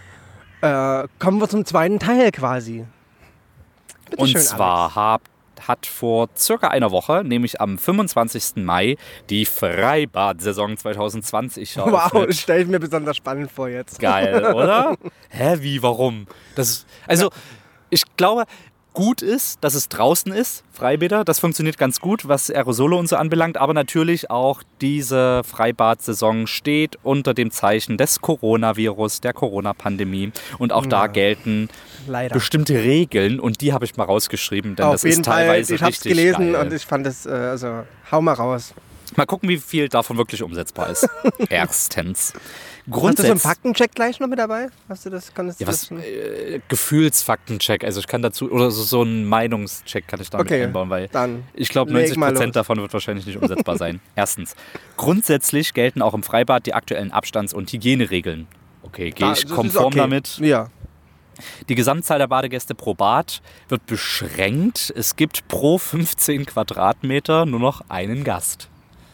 S3: Kommen wir zum zweiten Teil quasi. Bitte
S2: Und
S3: schön,
S2: zwar hat vor circa einer Woche, nämlich am 25. Mai, die Freibad-Saison 2020 eröffnet.
S3: Wow, das stelle ich mir besonders spannend vor jetzt.
S2: Geil, oder? Hä, wie, warum? Ich glaube, gut ist, dass es draußen ist, Freibäder. Das funktioniert ganz gut, was Aerosole und so anbelangt. Aber natürlich auch diese Freibad-Saison steht unter dem Zeichen des Coronavirus, der Corona-Pandemie. Und auch da gelten bestimmte Regeln. Und die habe ich mal rausgeschrieben, denn das ist teilweise
S3: ich habe es
S2: richtig
S3: gelesen
S2: geil.
S3: und ich fand es, hau mal raus.
S2: Mal gucken, wie viel davon wirklich umsetzbar ist. Erstens.
S3: Hast du so einen Faktencheck gleich noch mit dabei? Hast du das?
S2: Gefühlsfaktencheck. Also ich kann dazu, oder so einen Meinungscheck kann ich damit einbauen, weil ich glaube 90% davon wird wahrscheinlich nicht umsetzbar sein. Erstens. Grundsätzlich gelten auch im Freibad die aktuellen Abstands- und Hygieneregeln. Okay, gehe ich konform damit?
S3: Ja.
S2: Die Gesamtzahl der Badegäste pro Bad wird beschränkt. Es gibt pro 15 Quadratmeter nur noch einen Gast.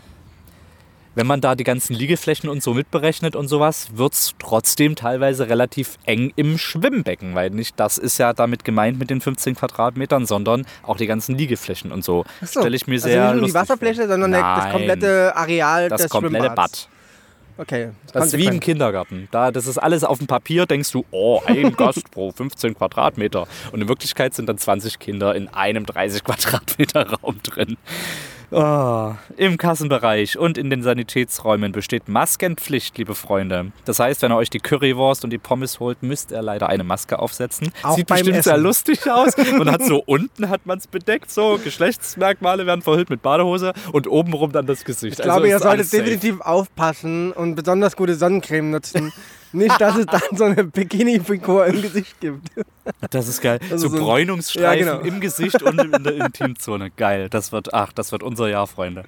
S2: Wenn man da die ganzen Liegeflächen und so mitberechnet und sowas, wird es trotzdem teilweise relativ eng im Schwimmbecken, weil nicht das ist ja damit gemeint mit den 15 Quadratmetern, sondern auch die ganzen Liegeflächen und so. Stelle ich mir sehr
S3: nicht nur
S2: lustig
S3: die Wasserfläche,
S2: vor.
S3: sondern das komplette Areal des
S2: Das komplette
S3: Schwimmbads.
S2: Bad.
S3: Okay.
S2: Das ist wie im Kindergarten. Das ist alles auf dem Papier, denkst du, ein Gast pro 15 Quadratmeter. Und in Wirklichkeit sind dann 20 Kinder in einem 30 Quadratmeter Raum drin. Im Kassenbereich und in den Sanitätsräumen besteht Maskenpflicht, liebe Freunde. Das heißt, wenn ihr euch die Currywurst und die Pommes holt, müsst ihr leider eine Maske aufsetzen.
S3: Auch
S2: sieht
S3: beim
S2: bestimmt
S3: Essen.
S2: sehr lustig aus. Man hat so unten hat man es bedeckt, so Geschlechtsmerkmale werden verhüllt mit Badehose und obenrum dann das Gesicht.
S3: Ich glaube, ihr
S2: ist alles
S3: solltet definitiv aufpassen und besonders gute Sonnencreme nutzen. Nicht, dass es dann so eine Bikini-Figur im Gesicht gibt.
S2: Das ist geil.
S3: Also
S2: so
S3: so ein-
S2: Bräunungsstreifen
S3: ja, genau.
S2: im Gesicht und in der Intimzone. Geil. Das wird unser Jahr, Freunde.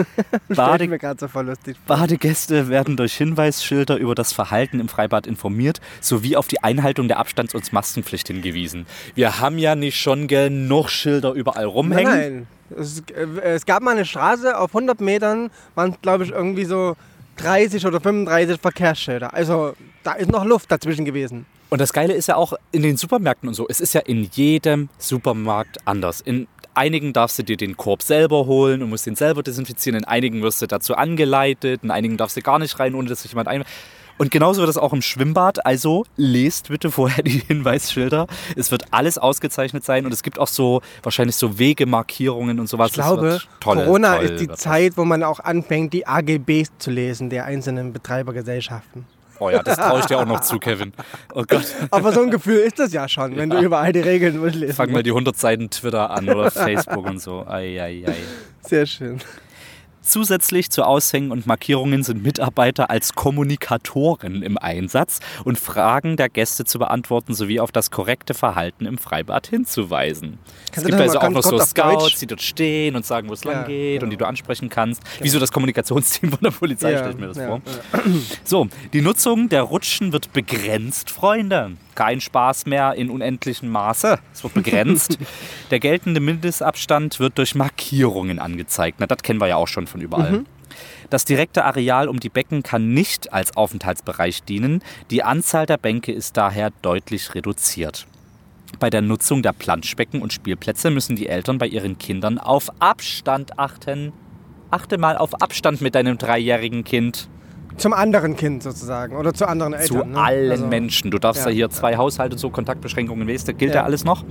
S3: Stell ich mir gerade so voll lustig vor.
S2: Badegäste werden durch Hinweisschilder über das Verhalten im Freibad informiert, sowie auf die Einhaltung der Abstands- und Maskenpflicht hingewiesen. Wir haben ja nicht schon genug Schilder überall rumhängen.
S3: Nein. Es gab mal eine Straße auf 100 Metern, waren glaube ich irgendwie so 30 oder 35 Verkehrsschilder. Also da ist noch Luft dazwischen gewesen.
S2: Und das Geile ist ja auch in den Supermärkten und so. Es ist ja in jedem Supermarkt anders. In einigen darfst du dir den Korb selber holen und musst den selber desinfizieren. In einigen wirst du dazu angeleitet. In einigen darfst du gar nicht rein, ohne dass sich jemand Und genauso wird es auch im Schwimmbad. Also lest bitte vorher die Hinweisschilder. Es wird alles ausgezeichnet sein und es gibt auch so wahrscheinlich so Wegemarkierungen und sowas.
S3: Ich glaube,
S2: Das wird toll,
S3: Corona
S2: toll
S3: ist die
S2: wird das.
S3: Zeit, wo man auch anfängt, die AGBs zu lesen der einzelnen Betreibergesellschaften.
S2: Oh ja, das traue ich dir auch noch zu, Kevin. Oh Gott.
S3: Aber so ein Gefühl ist das ja schon, wenn du überall die Regeln durchlesen
S2: Fang mal
S3: musst.
S2: die 100 Seiten Twitter an oder Facebook und so. Ei, ei, ei.
S3: Sehr schön.
S2: Zusätzlich zu Aushängen und Markierungen sind Mitarbeiter als Kommunikatoren im Einsatz und Fragen der Gäste zu beantworten sowie auf das korrekte Verhalten im Freibad hinzuweisen. Es
S3: du
S2: gibt
S3: das
S2: also
S3: mal
S2: auch
S3: ganz
S2: noch so
S3: kurz auf
S2: Scouts,
S3: Deutsch?
S2: die dort stehen und sagen, wo es lang geht
S3: genau.
S2: und die du ansprechen kannst. Wie so das Kommunikationsteam von der Polizei, stelle ich mir das vor.
S3: Ja.
S2: So, die Nutzung der Rutschen wird begrenzt, Freunde. Kein Spaß mehr in unendlichem Maße. Es wird begrenzt. Der geltende Mindestabstand wird durch Markierungen angezeigt. Na, das kennen wir ja auch schon von überall. Das direkte Areal um die Becken kann nicht als Aufenthaltsbereich dienen. Die Anzahl der Bänke ist daher deutlich reduziert. Bei der Nutzung der Planschbecken und Spielplätze müssen die Eltern bei ihren Kindern auf Abstand achten. Achte mal auf Abstand mit deinem 3-jährigen Kind.
S3: Zum anderen Kind sozusagen oder zu anderen Eltern.
S2: Zu
S3: ne?
S2: allen
S3: Also,
S2: Menschen. Du darfst ja,
S3: ja,
S2: hier 2 Haushalte und so, Kontaktbeschränkungen, weißt du, gilt
S3: Ja.
S2: ja alles noch?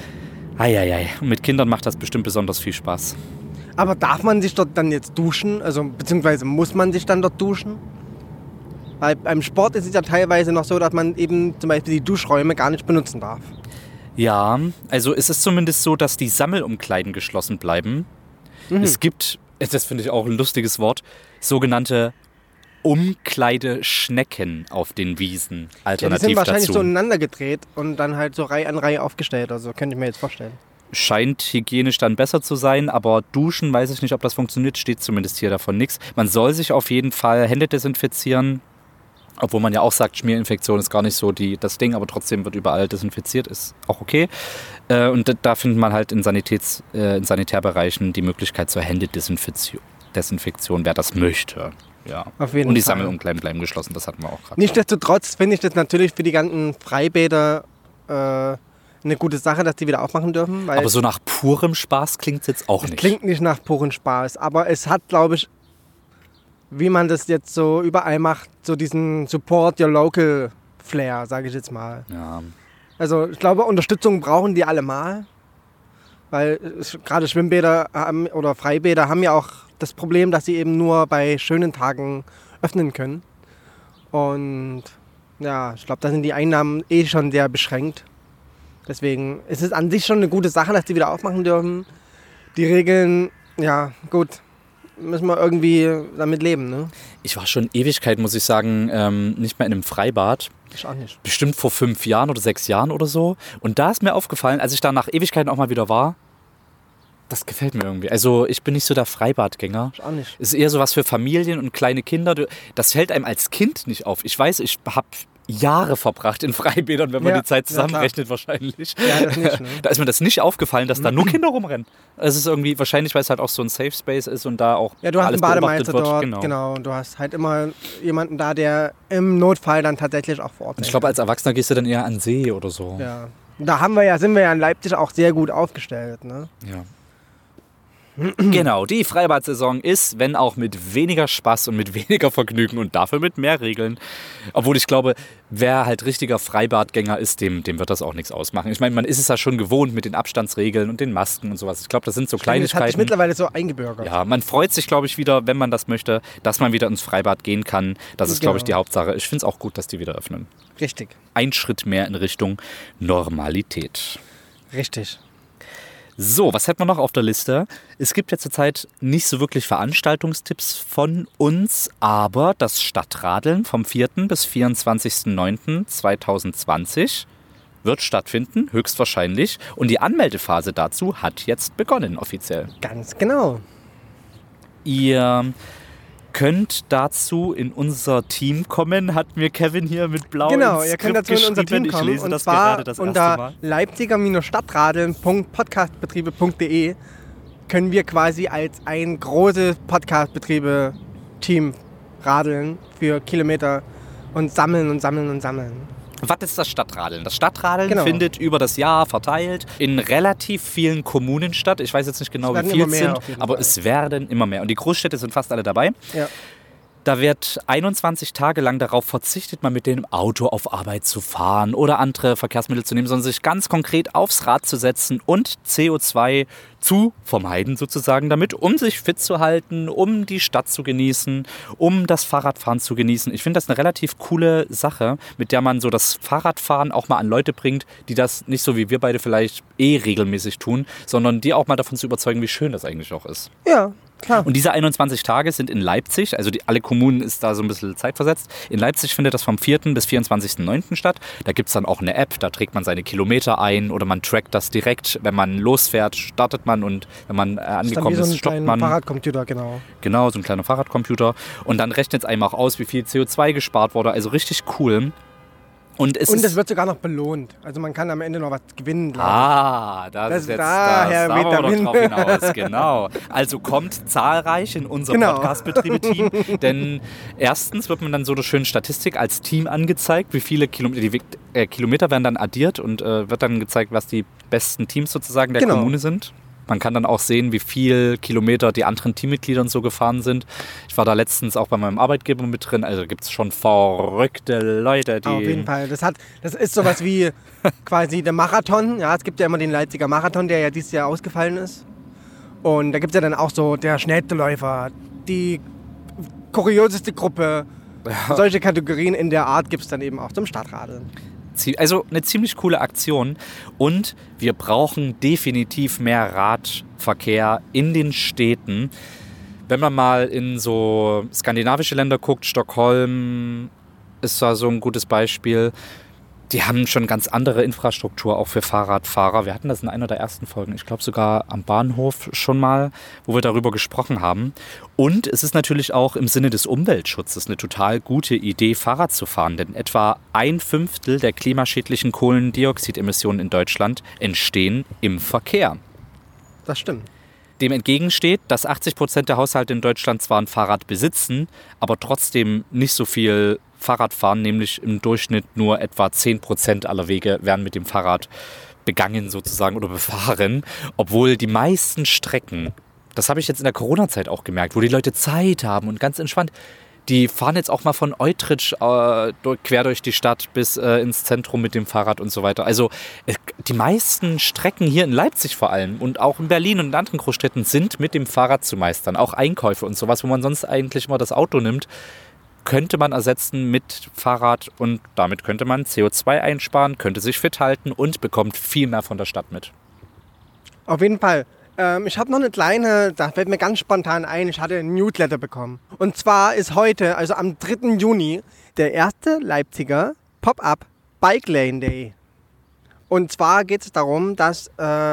S2: Eieiei. Und mit Kindern macht das bestimmt besonders viel Spaß.
S3: Aber darf man sich dort dann jetzt duschen? Also beziehungsweise muss man sich dann dort duschen? Weil beim Sport ist es ja teilweise noch so, dass man eben zum Beispiel die Duschräume gar nicht benutzen darf.
S2: Ja, also es ist zumindest so, dass die Sammelumkleiden geschlossen bleiben. Es gibt, das finde ich auch ein lustiges Wort, sogenannte Umkleideschnecken auf den Wiesen.
S3: Ja, die
S2: Alternativ
S3: sind wahrscheinlich
S2: dazu.
S3: so ineinander gedreht und dann halt so Reihe an Reihe aufgestellt. Also könnte ich mir jetzt vorstellen.
S2: Scheint hygienisch dann besser zu sein, aber duschen, weiß ich nicht, ob das funktioniert, steht zumindest hier davon nichts. Man soll sich auf jeden Fall Hände desinfizieren, obwohl man ja auch sagt, Schmierinfektion ist gar nicht so das Ding, aber trotzdem wird überall desinfiziert, ist auch okay. Und da findet man halt in Sanitärbereichen die Möglichkeit zur Händedesinfektion, wer das möchte. Ja.
S3: Auf jeden
S2: Und die
S3: Fall.
S2: Sammelumkleiden bleiben geschlossen, das hatten wir auch gerade.
S3: Nichtsdestotrotz finde ich das natürlich für die ganzen Freibäder eine gute Sache, dass die wieder aufmachen dürfen. Weil
S2: Aber so nach purem Spaß klingt es jetzt auch
S3: es
S2: nicht.
S3: klingt nicht nach puren Spaß, aber es hat, glaube ich, wie man das jetzt so überall macht, so diesen Support Your Local Flair, sage ich jetzt mal.
S2: Ja.
S3: Also ich glaube, Unterstützung brauchen die alle mal, weil gerade Schwimmbäder oder Freibäder haben ja auch das Problem, dass sie eben nur bei schönen Tagen öffnen können. Und ja, ich glaube, da sind die Einnahmen schon sehr beschränkt. Deswegen ist es an sich schon eine gute Sache, dass die wieder aufmachen dürfen. Die Regeln, ja gut, müssen wir irgendwie damit leben, ne?
S2: Ich war schon Ewigkeit, muss ich sagen, nicht mehr in einem Freibad.
S3: Ich auch nicht.
S2: Bestimmt vor 5 Jahren oder 6 Jahren oder so. Und da ist mir aufgefallen, als ich da nach Ewigkeiten auch mal wieder war, das gefällt mir irgendwie. Also ich bin nicht so der Freibadgänger.
S3: Ich auch nicht.
S2: Es ist eher so was für Familien und kleine Kinder. Das fällt einem als Kind nicht auf. Ich weiß, ich habe Jahre verbracht in Freibädern, wenn man
S3: Ja,
S2: die Zeit
S3: ja, klar.
S2: zusammenrechnet wahrscheinlich.
S3: Ja, das nicht, ne?
S2: Da ist mir das nicht aufgefallen, dass da nur Kinder rumrennen. Es ist irgendwie wahrscheinlich, weil es halt auch so ein Safe Space ist und da auch
S3: Ja, du hast
S2: alles
S3: einen
S2: beobachtet
S3: Bademeister
S2: wird.
S3: dort, genau. Und du hast halt immer jemanden da, der im Notfall dann tatsächlich auch vor Ort
S2: Und ich
S3: ist.
S2: glaube, als Erwachsener gehst du dann eher an den See oder so.
S3: Ja. Da sind wir ja in Leipzig auch sehr gut aufgestellt, ne?
S2: Ja. Genau, die Freibad-Saison ist, wenn auch mit weniger Spaß und mit weniger Vergnügen und dafür mit mehr Regeln. Obwohl ich glaube, wer halt richtiger Freibadgänger ist, dem wird das auch nichts ausmachen. Ich meine, man ist es ja schon gewohnt mit den Abstandsregeln und den Masken und sowas. Ich glaube, das sind so Kleinigkeiten.
S3: Das hat sich mittlerweile so eingebürgert.
S2: Ja, man freut sich, glaube ich, wieder, wenn man das möchte, dass man wieder ins Freibad gehen kann. Das ist, glaube ich, die Hauptsache. Ich finde es auch gut, dass die wieder öffnen.
S3: Richtig.
S2: Ein Schritt mehr in Richtung Normalität.
S3: Richtig.
S2: So, was hätten wir noch auf der Liste? Es gibt ja zurzeit nicht so wirklich Veranstaltungstipps von uns, aber das Stadtradeln vom 4. bis 24.09.2020 wird stattfinden, höchstwahrscheinlich. Und die Anmeldephase dazu hat jetzt begonnen, offiziell.
S3: Ganz genau.
S2: Ihr könnt dazu in unser Team kommen, hat mir Kevin hier mit blau
S3: Genau,
S2: ins
S3: ihr könnt dazu in unser Team
S2: ich
S3: kommen.
S2: lese
S3: Und
S2: das
S3: zwar
S2: gerade das erste
S3: unter
S2: Mal.
S3: leipziger-stadtradeln.podcastbetriebe.de können wir quasi als ein großes Podcastbetriebe-Team radeln für Kilometer und sammeln und sammeln und sammeln.
S2: Was ist das Stadtradeln? Das Stadtradeln findet über das Jahr verteilt in relativ vielen Kommunen statt. Ich weiß jetzt nicht genau, wie viele es sind, aber es werden immer mehr. Und die Großstädte sind fast alle dabei.
S3: Ja.
S2: Da wird 21 Tage lang darauf verzichtet, man mit dem Auto auf Arbeit zu fahren oder andere Verkehrsmittel zu nehmen, sondern sich ganz konkret aufs Rad zu setzen und CO2 zu vermeiden sozusagen damit, um sich fit zu halten, um die Stadt zu genießen, um das Fahrradfahren zu genießen. Ich finde das eine relativ coole Sache, mit der man so das Fahrradfahren auch mal an Leute bringt, die das nicht so wie wir beide vielleicht regelmäßig tun, sondern die auch mal davon zu überzeugen, wie schön das eigentlich auch ist.
S3: Ja. Klar.
S2: Und diese 21 Tage sind in Leipzig, also alle Kommunen ist da so ein bisschen zeitversetzt. In Leipzig findet das vom 4. bis 24.09. statt. Da gibt es dann auch eine App, da trägt man seine Kilometer ein oder man trackt das direkt. Wenn man losfährt, startet man und wenn man angekommen ist, stoppt man.
S3: So ein Fahrradcomputer, genau.
S2: Genau, so ein kleiner Fahrradcomputer. Und dann rechnet es einem auch aus, wie viel CO2 gespart wurde. Also richtig cool. Und es
S3: wird sogar noch belohnt. Also man kann am Ende noch was gewinnen.
S2: Das ist jetzt da wir doch drauf hinaus. Genau. Also kommt zahlreich in unser Podcastbetriebe-Team. Denn erstens wird man dann so eine schöne Statistik als Team angezeigt, wie viele Kilometer werden dann addiert und wird dann gezeigt, was die besten Teams sozusagen der Kommune sind. Man kann dann auch sehen, wie viel Kilometer die anderen Teammitglieder und so gefahren sind. Ich war da letztens auch bei meinem Arbeitgeber mit drin. Also gibt es schon verrückte Leute, die...
S3: Auf jeden Fall. Das ist sowas wie quasi der Marathon. Ja, es gibt ja immer den Leipziger Marathon, der ja dieses Jahr ausgefallen ist. Und da gibt es ja dann auch so der schnellste Läufer, die kurioseste Gruppe. Ja. Solche Kategorien in der Art gibt es dann eben auch zum Stadtradeln.
S2: Also eine ziemlich coole Aktion und wir brauchen definitiv mehr Radverkehr in den Städten. Wenn man mal in so skandinavische Länder guckt, Stockholm ist da so ein gutes Beispiel. Die haben schon ganz andere Infrastruktur auch für Fahrradfahrer. Wir hatten das in einer der ersten Folgen, ich glaube sogar am Bahnhof schon mal, wo wir darüber gesprochen haben. Und es ist natürlich auch im Sinne des Umweltschutzes eine total gute Idee, Fahrrad zu fahren. Denn etwa 1/5 der klimaschädlichen Kohlendioxidemissionen in Deutschland entstehen im Verkehr.
S3: Das stimmt.
S2: Dem entgegensteht, dass 80% der Haushalte in Deutschland zwar ein Fahrrad besitzen, aber trotzdem nicht so viel Fahrrad fahren, nämlich im Durchschnitt nur etwa 10% aller Wege werden mit dem Fahrrad begangen sozusagen oder befahren, obwohl die meisten Strecken, das habe ich jetzt in der Corona-Zeit auch gemerkt, wo die Leute Zeit haben und ganz entspannt, die fahren jetzt auch mal von Eutrich quer durch die Stadt bis ins Zentrum mit dem Fahrrad und so weiter. Also die meisten Strecken hier in Leipzig vor allem und auch in Berlin und in anderen Großstädten sind mit dem Fahrrad zu meistern. Auch Einkäufe und sowas, wo man sonst eigentlich immer das Auto nimmt, könnte man ersetzen mit Fahrrad und damit könnte man CO2 einsparen, könnte sich fit halten und bekommt viel mehr von der Stadt mit.
S3: Auf jeden Fall. Ich habe noch eine kleine, da fällt mir ganz spontan ein, ich hatte ein Newsletter bekommen. Und zwar ist heute, also am 3. Juni, der erste Leipziger Pop-Up Bike Lane Day. Und zwar geht es darum, dass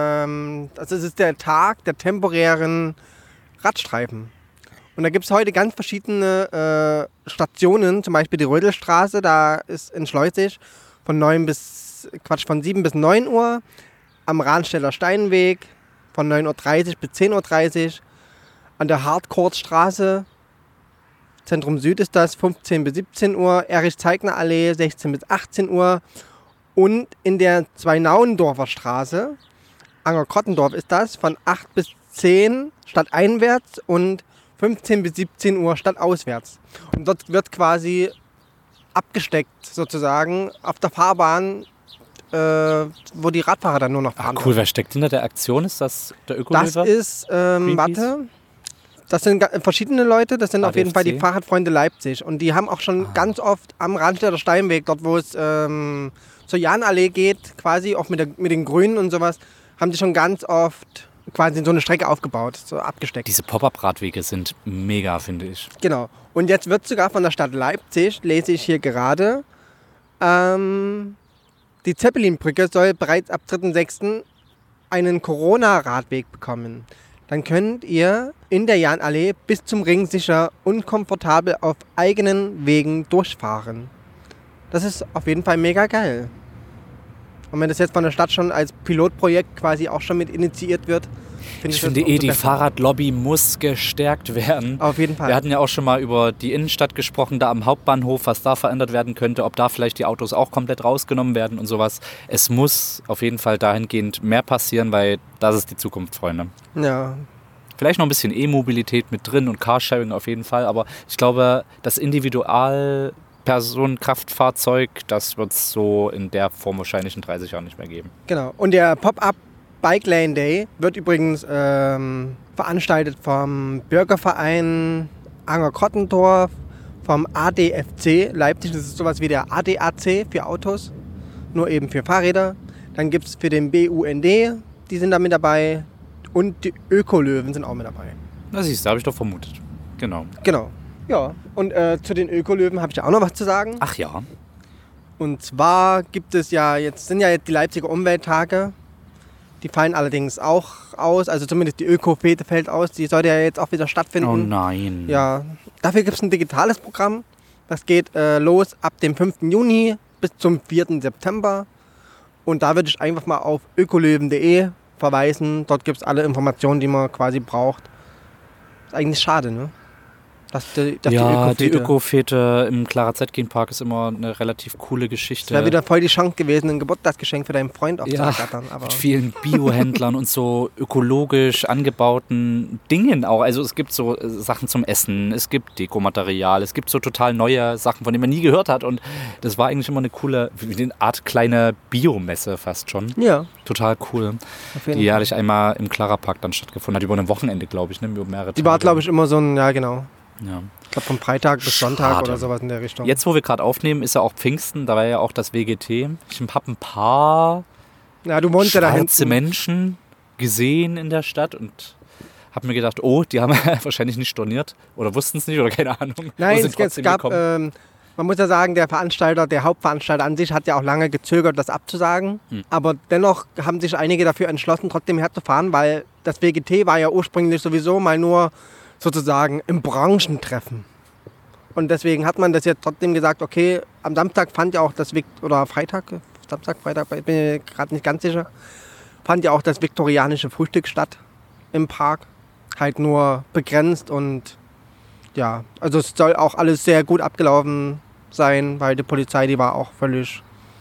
S3: es ist der Tag der temporären Radstreifen. Und da gibt es heute ganz verschiedene Stationen, zum Beispiel die Rödelstraße, da ist in Schleusig von 7 bis 9 Uhr, am Rahnsteller Steinweg von 9.30 Uhr bis 10.30 Uhr, an der Hartkortstraße, Zentrum Süd ist das, 15 bis 17 Uhr, Erich-Zeigner-Allee, 16 bis 18 Uhr und in der Zwei-Nauendorfer Straße, Anger-Kottendorf ist das, von 8 bis 10 stadteinwärts und 15 bis 17 Uhr stadtauswärts. Und dort wird quasi abgesteckt sozusagen auf der Fahrbahn, wo die Radfahrer dann nur noch fahren.
S2: Cool, wer steckt hinter der Aktion? Ist das der Ökolöwe?
S3: Das ist, das sind verschiedene Leute, das sind auf jeden Fall die Fahrradfreunde Leipzig. Und die haben auch schon ganz oft am Randstädter Steinweg, dort wo es zur Jahnallee geht, quasi auch mit den Grünen und sowas, haben die schon ganz oft quasi so eine Strecke aufgebaut, so abgesteckt.
S2: Diese Pop-Up-Radwege sind mega, finde ich.
S3: Genau. Und jetzt wird sogar von der Stadt Leipzig, lese ich hier gerade, die Zeppelinbrücke soll bereits ab 3.6. einen Corona-Radweg bekommen. Dann könnt ihr in der Jahnallee bis zum Ring sicher und komfortabel auf eigenen Wegen durchfahren. Das ist auf jeden Fall mega geil. Und wenn das jetzt von der Stadt schon als Pilotprojekt quasi auch schon mit initiiert wird,
S2: ich finde die Fahrradlobby muss gestärkt werden.
S3: Auf jeden Fall.
S2: Wir hatten ja auch schon mal über die Innenstadt gesprochen, da am Hauptbahnhof, was da verändert werden könnte, ob da vielleicht die Autos auch komplett rausgenommen werden und sowas. Es muss auf jeden Fall dahingehend mehr passieren, weil das ist die Zukunft, Freunde.
S3: Ja.
S2: Vielleicht noch ein bisschen E-Mobilität mit drin und Carsharing auf jeden Fall, aber ich glaube, das Individualpersonenkraftfahrzeug, das wird es so in der Form wahrscheinlich in 30 Jahren nicht mehr geben.
S3: Genau. Und der Pop-Up Bike Lane Day wird übrigens veranstaltet vom Bürgerverein Anger-Krottendorf, vom ADFC Leipzig, das ist sowas wie der ADAC für Autos, nur eben für Fahrräder. Dann gibt es für den BUND, die sind da mit dabei, und die Ökolöwen sind auch mit dabei.
S2: Na siehst du, habe ich doch vermutet. Genau.
S3: Genau. Ja, und zu den Ökolöwen habe ich auch noch was zu sagen.
S2: Ach ja.
S3: Und zwar gibt es jetzt die Leipziger Umwelttage. Die fallen allerdings auch aus, also zumindest die Öko-Fete fällt aus. Die sollte ja jetzt auch wieder stattfinden.
S2: Oh nein.
S3: Ja, dafür gibt es ein digitales Programm. Das geht los ab dem 5. Juni bis zum 4. September. Und da würde ich einfach mal auf ökolöwen.de verweisen. Dort gibt es alle Informationen, die man quasi braucht. Ist eigentlich schade, ne?
S2: Die Öko-Fete im Clara-Zetkin-Park ist immer eine relativ coole Geschichte.
S3: Das wäre wieder voll die Chance gewesen, ein Geburtstagsgeschenk für deinen Freund aufzuergattern.
S2: Mit vielen Biohändlern und so ökologisch angebauten Dingen auch. Also es gibt so Sachen zum Essen, es gibt Dekomaterial, es gibt so total neue Sachen, von denen man nie gehört hat. Und das war eigentlich immer eine coole, eine Art kleine Biomesse fast schon.
S3: Ja.
S2: Total cool. Die jährlich einmal im Clara-Park dann stattgefunden hat, über ein Wochenende, glaube ich. Ne? Über mehrere Tage.
S3: Die war, glaube ich, immer so ein, ja genau.
S2: Ja.
S3: Ich glaube vom Freitag bis Sonntag oder sowas in der Richtung.
S2: Jetzt, wo wir gerade aufnehmen, ist ja auch Pfingsten, da war ja auch das WGT. Ich habe ein paar schwarze Menschen gesehen in der Stadt und habe mir gedacht, oh, die haben wahrscheinlich nicht storniert oder wussten es nicht oder keine Ahnung.
S3: Nein, es gab, man muss ja sagen, der Hauptveranstalter an sich hat ja auch lange gezögert, das abzusagen. Aber dennoch haben sich einige dafür entschlossen, trotzdem herzufahren, weil das WGT war ja ursprünglich sowieso mal nur sozusagen im Branchentreffen. Und deswegen hat man das jetzt trotzdem gesagt, okay, am Samstag fand ja auch Freitag, ich bin mir gerade nicht ganz sicher, fand ja auch das viktorianische Frühstück statt im Park. Halt nur begrenzt und ja, also es soll auch alles sehr gut abgelaufen sein, weil die Polizei, die war auch völlig...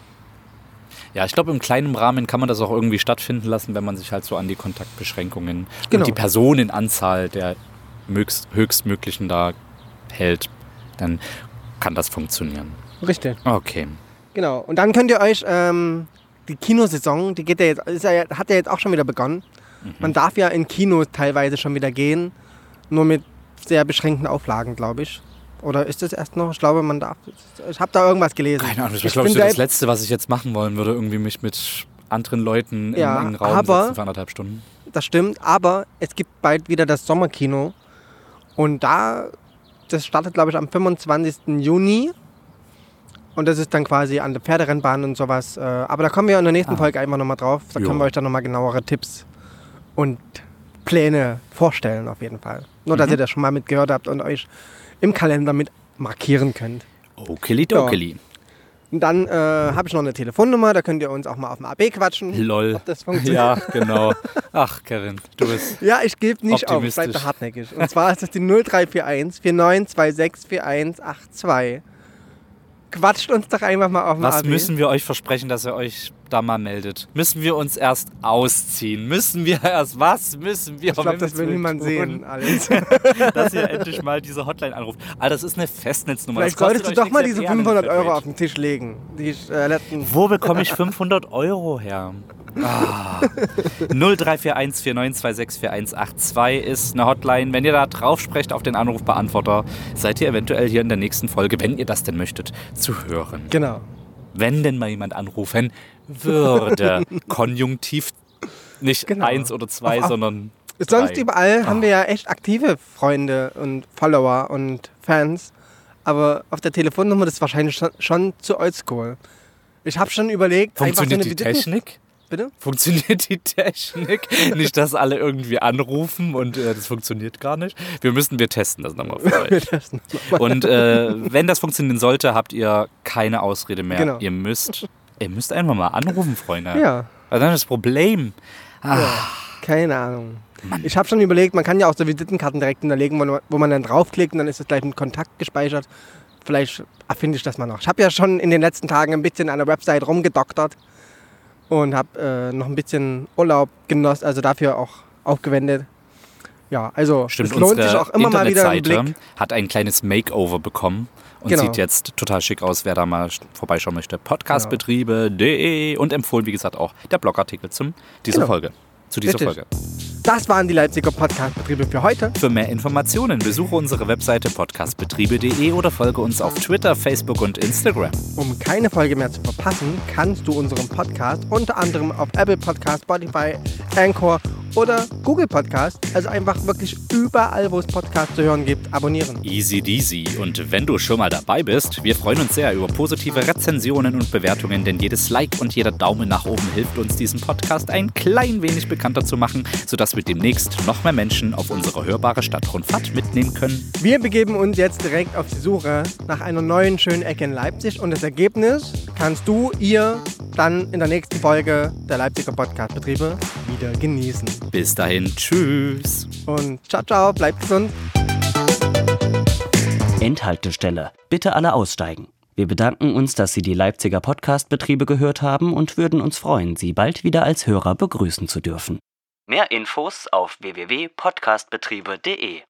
S2: Ja, ich glaube, im kleinen Rahmen kann man das auch irgendwie stattfinden lassen, wenn man sich halt so an die Kontaktbeschränkungen und die Personenanzahl der höchstmöglichen da hält, dann kann das funktionieren.
S3: Richtig.
S2: Okay.
S3: Genau. Und dann könnt ihr euch die Kinosaison, die hat ja jetzt auch schon wieder begonnen. Man darf ja in Kinos teilweise schon wieder gehen, nur mit sehr beschränkten Auflagen, glaube ich. Oder ist das erst noch? Ich glaube, man darf. Ich habe da irgendwas gelesen.
S2: Keine Ahnung, das ist das Letzte, was ich jetzt machen wollen würde, irgendwie mich mit anderen Leuten in einen Raum setzen für 1,5 Stunden. Das
S3: stimmt, aber es gibt bald wieder das Sommerkino. Und das startet, glaube ich, am 25. Juni. Und das ist dann quasi an der Pferderennbahn und sowas. Aber da kommen wir in der nächsten Folge einfach nochmal drauf. Da können wir euch dann nochmal genauere Tipps und Pläne vorstellen, auf jeden Fall. Nur, dass ihr das schon mal mitgehört habt und euch im Kalender mit markieren könnt.
S2: Okeli-dokeli.
S3: Ja. Und dann habe ich noch eine Telefonnummer, da könnt ihr uns auch mal auf dem AB quatschen.
S2: Lol.
S3: Ob das funktioniert.
S2: Ja, genau. Ach, Kevin, du bist
S3: ja, ich gebe nicht auf, ich bleibe hartnäckig. Und zwar ist das die 0341 4926 4182. quatscht uns doch einfach mal auf den
S2: Was
S3: AB.
S2: müssen wir euch versprechen, dass ihr euch da mal meldet? Müssen wir uns erst ausziehen? Was müssen wir?
S3: Ich glaube, das will niemand sehen, alles.
S2: Dass ihr endlich mal diese Hotline anruft. Alter, das ist eine Festnetznummer.
S3: Vielleicht solltest du doch mal diese 500 € auf den Tisch legen. Die letzten.
S2: Wo bekomme ich 500 € her? 0341 4926 4182 ist eine Hotline. Wenn ihr da drauf sprecht auf den Anrufbeantworter, seid ihr eventuell hier in der nächsten Folge, wenn ihr das denn möchtet, zu hören.
S3: Genau.
S2: Wenn denn mal jemand anrufen würde. Konjunktiv nicht 1 oder 2, sondern 3.
S3: Sonst überall haben wir ja echt aktive Freunde und Follower und Fans. Aber auf der Telefonnummer das ist wahrscheinlich schon zu oldschool. Ich habe schon überlegt,
S2: funktioniert die Technik?
S3: Bitte?
S2: Funktioniert die Technik? Nicht, dass alle irgendwie anrufen und das funktioniert gar nicht. Wir testen das nochmal für euch. Und wenn das funktionieren sollte, habt ihr keine Ausrede mehr. Genau. Ihr müsst einfach mal anrufen, Freunde.
S3: Ja.
S2: Was ist denn das Problem?
S3: Ja, keine Ahnung. Mann. Ich habe schon überlegt, man kann ja auch so Visitenkarten direkt hinterlegen, wo man dann draufklickt und dann ist es gleich ein Kontakt gespeichert. Vielleicht erfinde ich das mal noch. Ich habe ja schon in den letzten Tagen ein bisschen an der Website rumgedoktert. Und habe noch ein bisschen Urlaub genossen, also dafür auch aufgewendet. Ja, also
S2: stimmt,
S3: es lohnt sich auch immer mal wieder einen Blick.
S2: Hat ein kleines Makeover bekommen und sieht jetzt total schick aus, wer da mal vorbeischauen möchte. Podcastbetriebe.de und empfohlen, wie gesagt, auch der Blogartikel zu dieser Folge. Das
S3: waren die Leipziger Podcastbetriebe für heute.
S2: Für mehr Informationen besuche unsere Webseite podcastbetriebe.de oder folge uns auf Twitter, Facebook und Instagram.
S3: Um keine Folge mehr zu verpassen, kannst du unseren Podcast unter anderem auf Apple Podcast, Spotify, Anchor oder Google Podcast, also einfach wirklich überall, wo es Podcasts zu hören gibt, abonnieren.
S2: Easy deasy. Und wenn du schon mal dabei bist, wir freuen uns sehr über positive Rezensionen und Bewertungen, denn jedes Like und jeder Daumen nach oben hilft uns, diesen Podcast ein klein wenig bekannter zu machen, sodass wir demnächst noch mehr Menschen auf unsere hörbare Stadtrundfahrt mitnehmen können.
S3: Wir begeben uns jetzt direkt auf die Suche nach einer neuen schönen Ecke in Leipzig und das Ergebnis kannst ihr dann in der nächsten Folge der Leipziger Podcastbetriebe wieder genießen.
S2: Bis dahin, tschüss.
S3: Und ciao, bleibt gesund.
S1: Endhaltestelle. Bitte alle aussteigen. Wir bedanken uns, dass Sie die Leipziger Podcastbetriebe gehört haben und würden uns freuen, Sie bald wieder als Hörer begrüßen zu dürfen. Mehr Infos auf www.podcastbetriebe.de